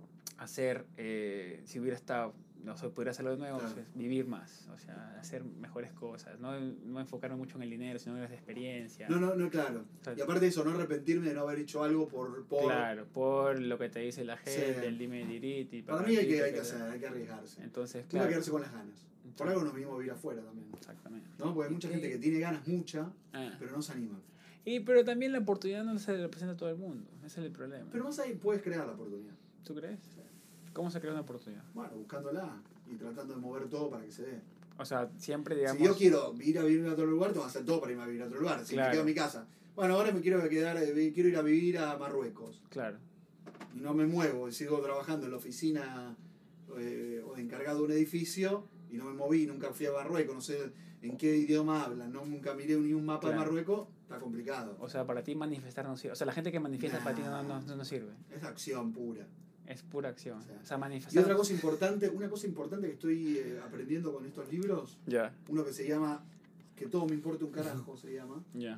hacer eh, si hubiera estado, no sé, pudiera hacerlo de nuevo,
Claro.
pues, vivir más, o sea, hacer mejores cosas, no, no enfocarme mucho en el dinero, sino en las experiencias.
No, no, no, claro. Y aparte de eso, no arrepentirme de no haber hecho algo por... por...
Claro, por lo que te dice la gente,
Sí.
el dime y diriti.
Para mí hay que, hay que
papatito,
hacer, hay que arriesgarse.
Entonces,
Nunca
claro.
quedarse con las ganas. Por algo nos vinimos a vivir afuera también.
Exactamente.
¿No? Porque hay mucha
Y-
gente que tiene ganas, mucha,
Ah.
pero no se anima.
Y pero también la oportunidad no se le presenta a todo el mundo. Ese es el problema.
Pero más ahí puedes crear la oportunidad.
¿Tú crees? ¿Cómo se crea una oportunidad?
Bueno, buscándola y tratando de mover todo para que se dé.
O sea, siempre digamos...
Si yo quiero ir a vivir a otro lugar, tengo que hacer todo para irme a vivir a otro lugar. Si
Claro.
me quedo en mi casa. Bueno, ahora me quiero quedar, eh, quiero ir a vivir a Marruecos.
Claro.
Y no me muevo, y sigo trabajando en la oficina eh, o de encargado de un edificio y no me moví, nunca fui a Marruecos, no sé en qué idioma hablan, no, nunca miré ni un mapa de
Claro.
Marruecos, está complicado.
O sea, para ti manifestar no sirve. O sea, la gente que manifiesta
Nah.
para ti no, no, no, no sirve.
Es acción pura.
Es pura acción.
O sea,
O sea,
Y
manifestar...
otra cosa importante, una cosa importante que estoy eh, aprendiendo con estos libros,
Ya,
uno que se llama Que todo me importa un carajo, se llama,
ya.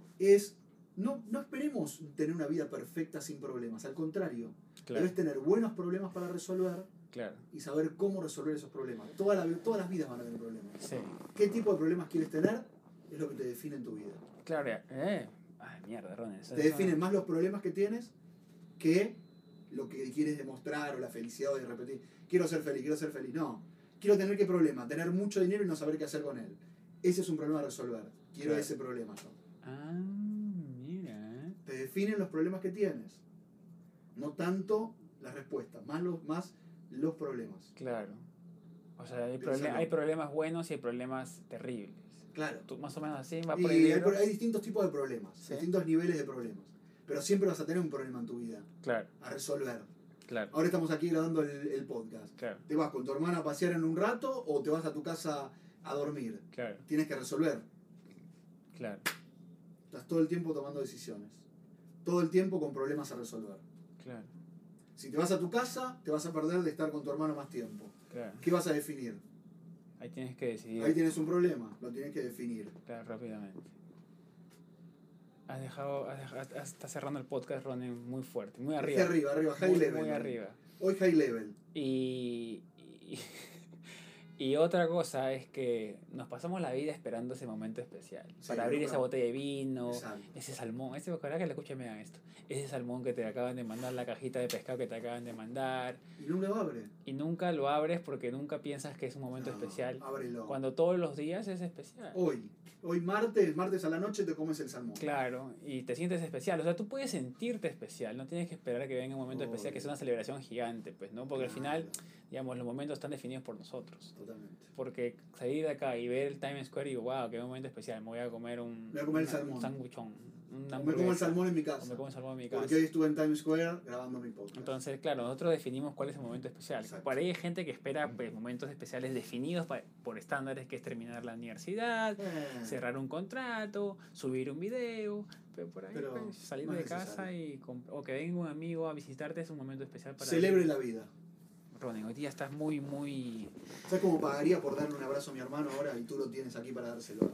es no, no esperemos tener una vida perfecta sin problemas, al contrario,
Claro,
debes tener buenos problemas para resolver
claro.
y saber cómo resolver esos problemas. Toda la, todas las vidas van a tener problemas.
Sí.
¿Qué tipo de problemas quieres tener? Es lo que te define en tu vida.
Claro, ya. Eh. Ay, mierda, Ron. eso-
Te definen más los problemas que tienes que lo que quieres demostrar o la felicidad de repetir. Quiero ser feliz, quiero ser feliz. No. Quiero tener qué problema. Tener mucho dinero y no saber qué hacer con él. Ese es un problema a resolver. Quiero
Claro.
ese problema yo.
Ah, mira.
Te definen los problemas que tienes. No tanto las respuestas, más los, más los problemas.
Claro. O sea, hay,
Piénsalo.
proble- hay problemas buenos y hay problemas terribles.
Claro.
Tú, más o menos así va
Y
por el
hay,
libro.
hay distintos tipos de problemas,
Sí.
distintos niveles de problemas. Pero siempre vas a tener un problema en tu vida
Claro,
a resolver.
claro,
Ahora estamos aquí grabando el, el podcast.
claro,
¿Te vas con tu hermana a pasear en un rato o te vas a tu casa a dormir?
claro,
Tienes que resolver.
claro,
Estás todo el tiempo tomando decisiones. Todo el tiempo con problemas a resolver.
claro,
Si te vas a tu casa, te vas a perder de estar con tu hermano más tiempo.
claro.
¿Qué vas a definir?
Ahí tienes que decidir.
Ahí tienes un problema, lo tienes que definir.
Claro, rápidamente. Has dejado, has dejado, has- estás cerrando el podcast, Ronen, muy fuerte, muy arriba.
Hacia arriba, arriba, high
muy,
level.
muy
¿no?
arriba.
Hoy high level.
Y, y, y otra cosa es que nos pasamos la vida esperando ese momento especial.
Sí,
para abrir
nunca.
esa botella de vino,
Exacto.
ese salmón, ese ojalá que le escuchen vean esto. Ese salmón que te acaban de mandar, la cajita de pescado que te acaban de mandar.
Y no lo abre.
Y nunca lo abres porque nunca piensas que es un momento
No,
especial.
Ábrelo.
Cuando todos los días es especial.
Hoy. Hoy martes, martes a la noche te comes el salmón.
Claro, y te sientes especial. O sea, tú puedes sentirte especial. No tienes que esperar a que venga un momento
Obvio.
especial, que es una celebración gigante, pues, ¿no? Porque al final,
Claro,
digamos, los momentos están definidos por nosotros.
Totalmente.
Porque salir de acá y ver el Times Square y digo, wow, qué momento especial, me voy a comer un,
Me voy a comer el
una-
salmón.
un sanguchón, una
Me como el
hamburguesa,
salmón en mi
o
casa.
me como un salmón en mi casa.
Porque hoy estuve en Times Square grabando mi podcast.
Entonces, claro, nosotros definimos cuál es el momento especial.
Exacto.
Por ahí hay gente que espera pues, momentos especiales definidos pa- por estándares, que es terminar la universidad,
Eh,
cerrar un contrato, subir un video, pero por ahí
Pero
pues, salir
no
de
es
casa
necesario.
y comp- o que venga un amigo a visitarte es un momento especial para
Celebre
ti.
la vida.
Ronen, hoy día estás muy, muy...
¿Sabes cómo pagaría por darle un abrazo a mi hermano ahora y tú lo tienes aquí para dárselo?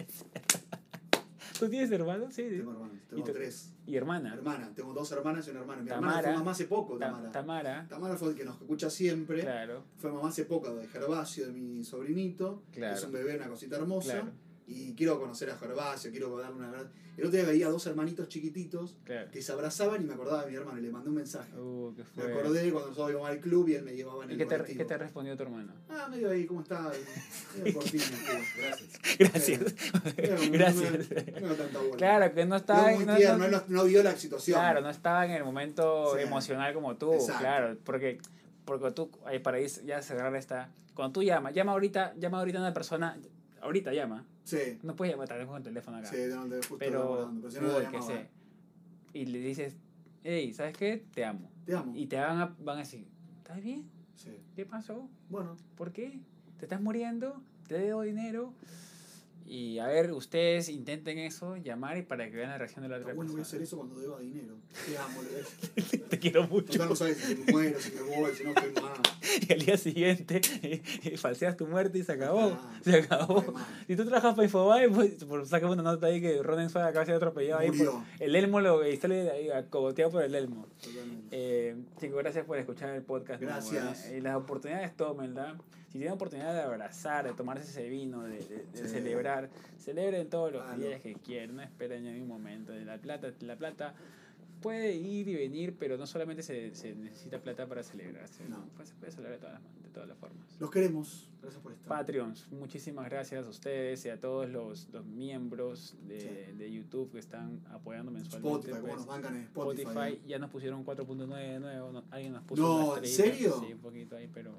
¿Tú tienes hermanos? Sí.
Tengo hermanos,
¿Y
tengo
tu-
tres.
Y hermana.
Hermana, tengo dos hermanas y una hermana. Mi hermana
Tamara.
fue mamá hace poco,
Ta-
Tamara.
Tamara.
Tamara fue el que nos escucha siempre.
Claro,
Fue mamá hace poco de Gervasio, de mi sobrinito.
Claro.
Es un bebé, una cosita hermosa.
Claro.
y quiero conocer a Gervasio, quiero darle una verdad. El otro día veía dos hermanitos chiquititos
Claro.
que se abrazaban y me acordaba de mi hermano y le mandé un mensaje.
Uh, qué
Me
fue.
acordé cuando nosotros íbamos al club y él me llevaba en
¿Y
el
qué te,
colectivo.
qué te respondió tu hermano?
Ah, medio ahí, ¿cómo está? Medio cortino, tío.
Gracias.
Gracias.
Medio como-
Gracias.
No, no, no tanta bola.
Claro, que no estaba
No,
en-
muy
no-
tierno,
no-
él no, no vio la situación.
Claro, no estaba en el momento
Sí.
emocional como tú,
Exacto.
claro, porque porque tú ahí para ir ya cerrar esta, cuando tú llamas, llama ahorita, llama ahorita a una persona, ahorita llama,
Sí,
no puedes llamar, tal vez con el teléfono acá,
sí, no, te- justo
pero,
estaba hablando, pero si no
uy,
lo
que
llamaba.
sé, y le dices, hey, ¿sabes qué? Te amo,
Te amo.
y te van a, van a decir, ¿estás bien?
Sí.
¿Qué pasó?
Bueno,
¿Por qué? ¿Te estás muriendo? ¿Te debo dinero? Y a ver, ustedes intenten eso, llamar y para que vean la reacción de la
está
otra
bueno, voy a hacer
persona.
eso cuando deba dinero. Te amo, le ves.
Te quiero mucho.
Total no sabes si me muero, si me voy, si no estoy más.
Y al día siguiente falseas tu muerte y se acabó.
Ah,
Se acabó.
no, mal.
Si tú trabajas para Infobae, pues por, sacas una nota ahí que Ronen fue acá se atropellado ahí.
Murió.
Por, el Elmo lo y sale ahí acogoteado por el Elmo.
Totalmente.
Eh, chicos, gracias por escuchar el podcast.
Gracias.
¿no? Y las oportunidades tómenla. Si tienen oportunidad de abrazar, de tomarse ese vino, de, de, de
Sí.
celebrar, celebren todos los
Claro.
días que quieran, no esperen en un momento. La plata, la plata puede ir y venir, pero no solamente se, se necesita plata para celebrarse.
No.
Pues se puede celebrar de todas las, de todas las formas.
Los queremos. Gracias por estar.
Patreons, muchísimas gracias a ustedes y a todos los, los miembros de,
Sí.
de YouTube que están apoyando mensualmente.
Spotify,
pues,
como nos bancan en Spotify.
Spotify ya nos pusieron cuatro punto nueve de nuevo, no- alguien nos puso
No,
una
¿en
estrellita,
serio?
Sí, un poquito ahí, pero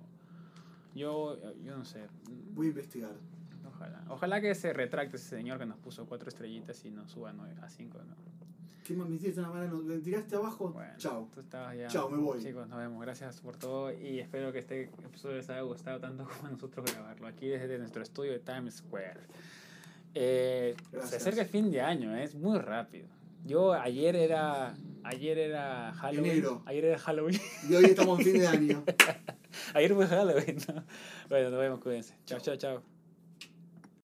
yo, yo no sé.
Voy a investigar.
Ojalá. Ojalá que se retracte ese señor que nos puso cuatro estrellitas y nos suba a nueve- a cinco. ¿No?
¿Qué más me hiciste una mala? ¿Me tiraste abajo?
Bueno,
Chao.
tú estabas ya.
Chao, me voy.
Chicos, nos vemos. Gracias por todo y espero que este episodio les haya gustado tanto como a nosotros grabarlo. Aquí desde nuestro estudio de Times Square. Eh, se
Gracias.
acerca el fin de año, ¿eh? Es muy rápido. Yo ayer era. Ayer era Halloween.
Enero.
Ayer era Halloween.
Y hoy estamos en fin de año.
Ayer fue Halloween, ¿no? Bueno, nos vemos, cuídense. Chao, chao, chao.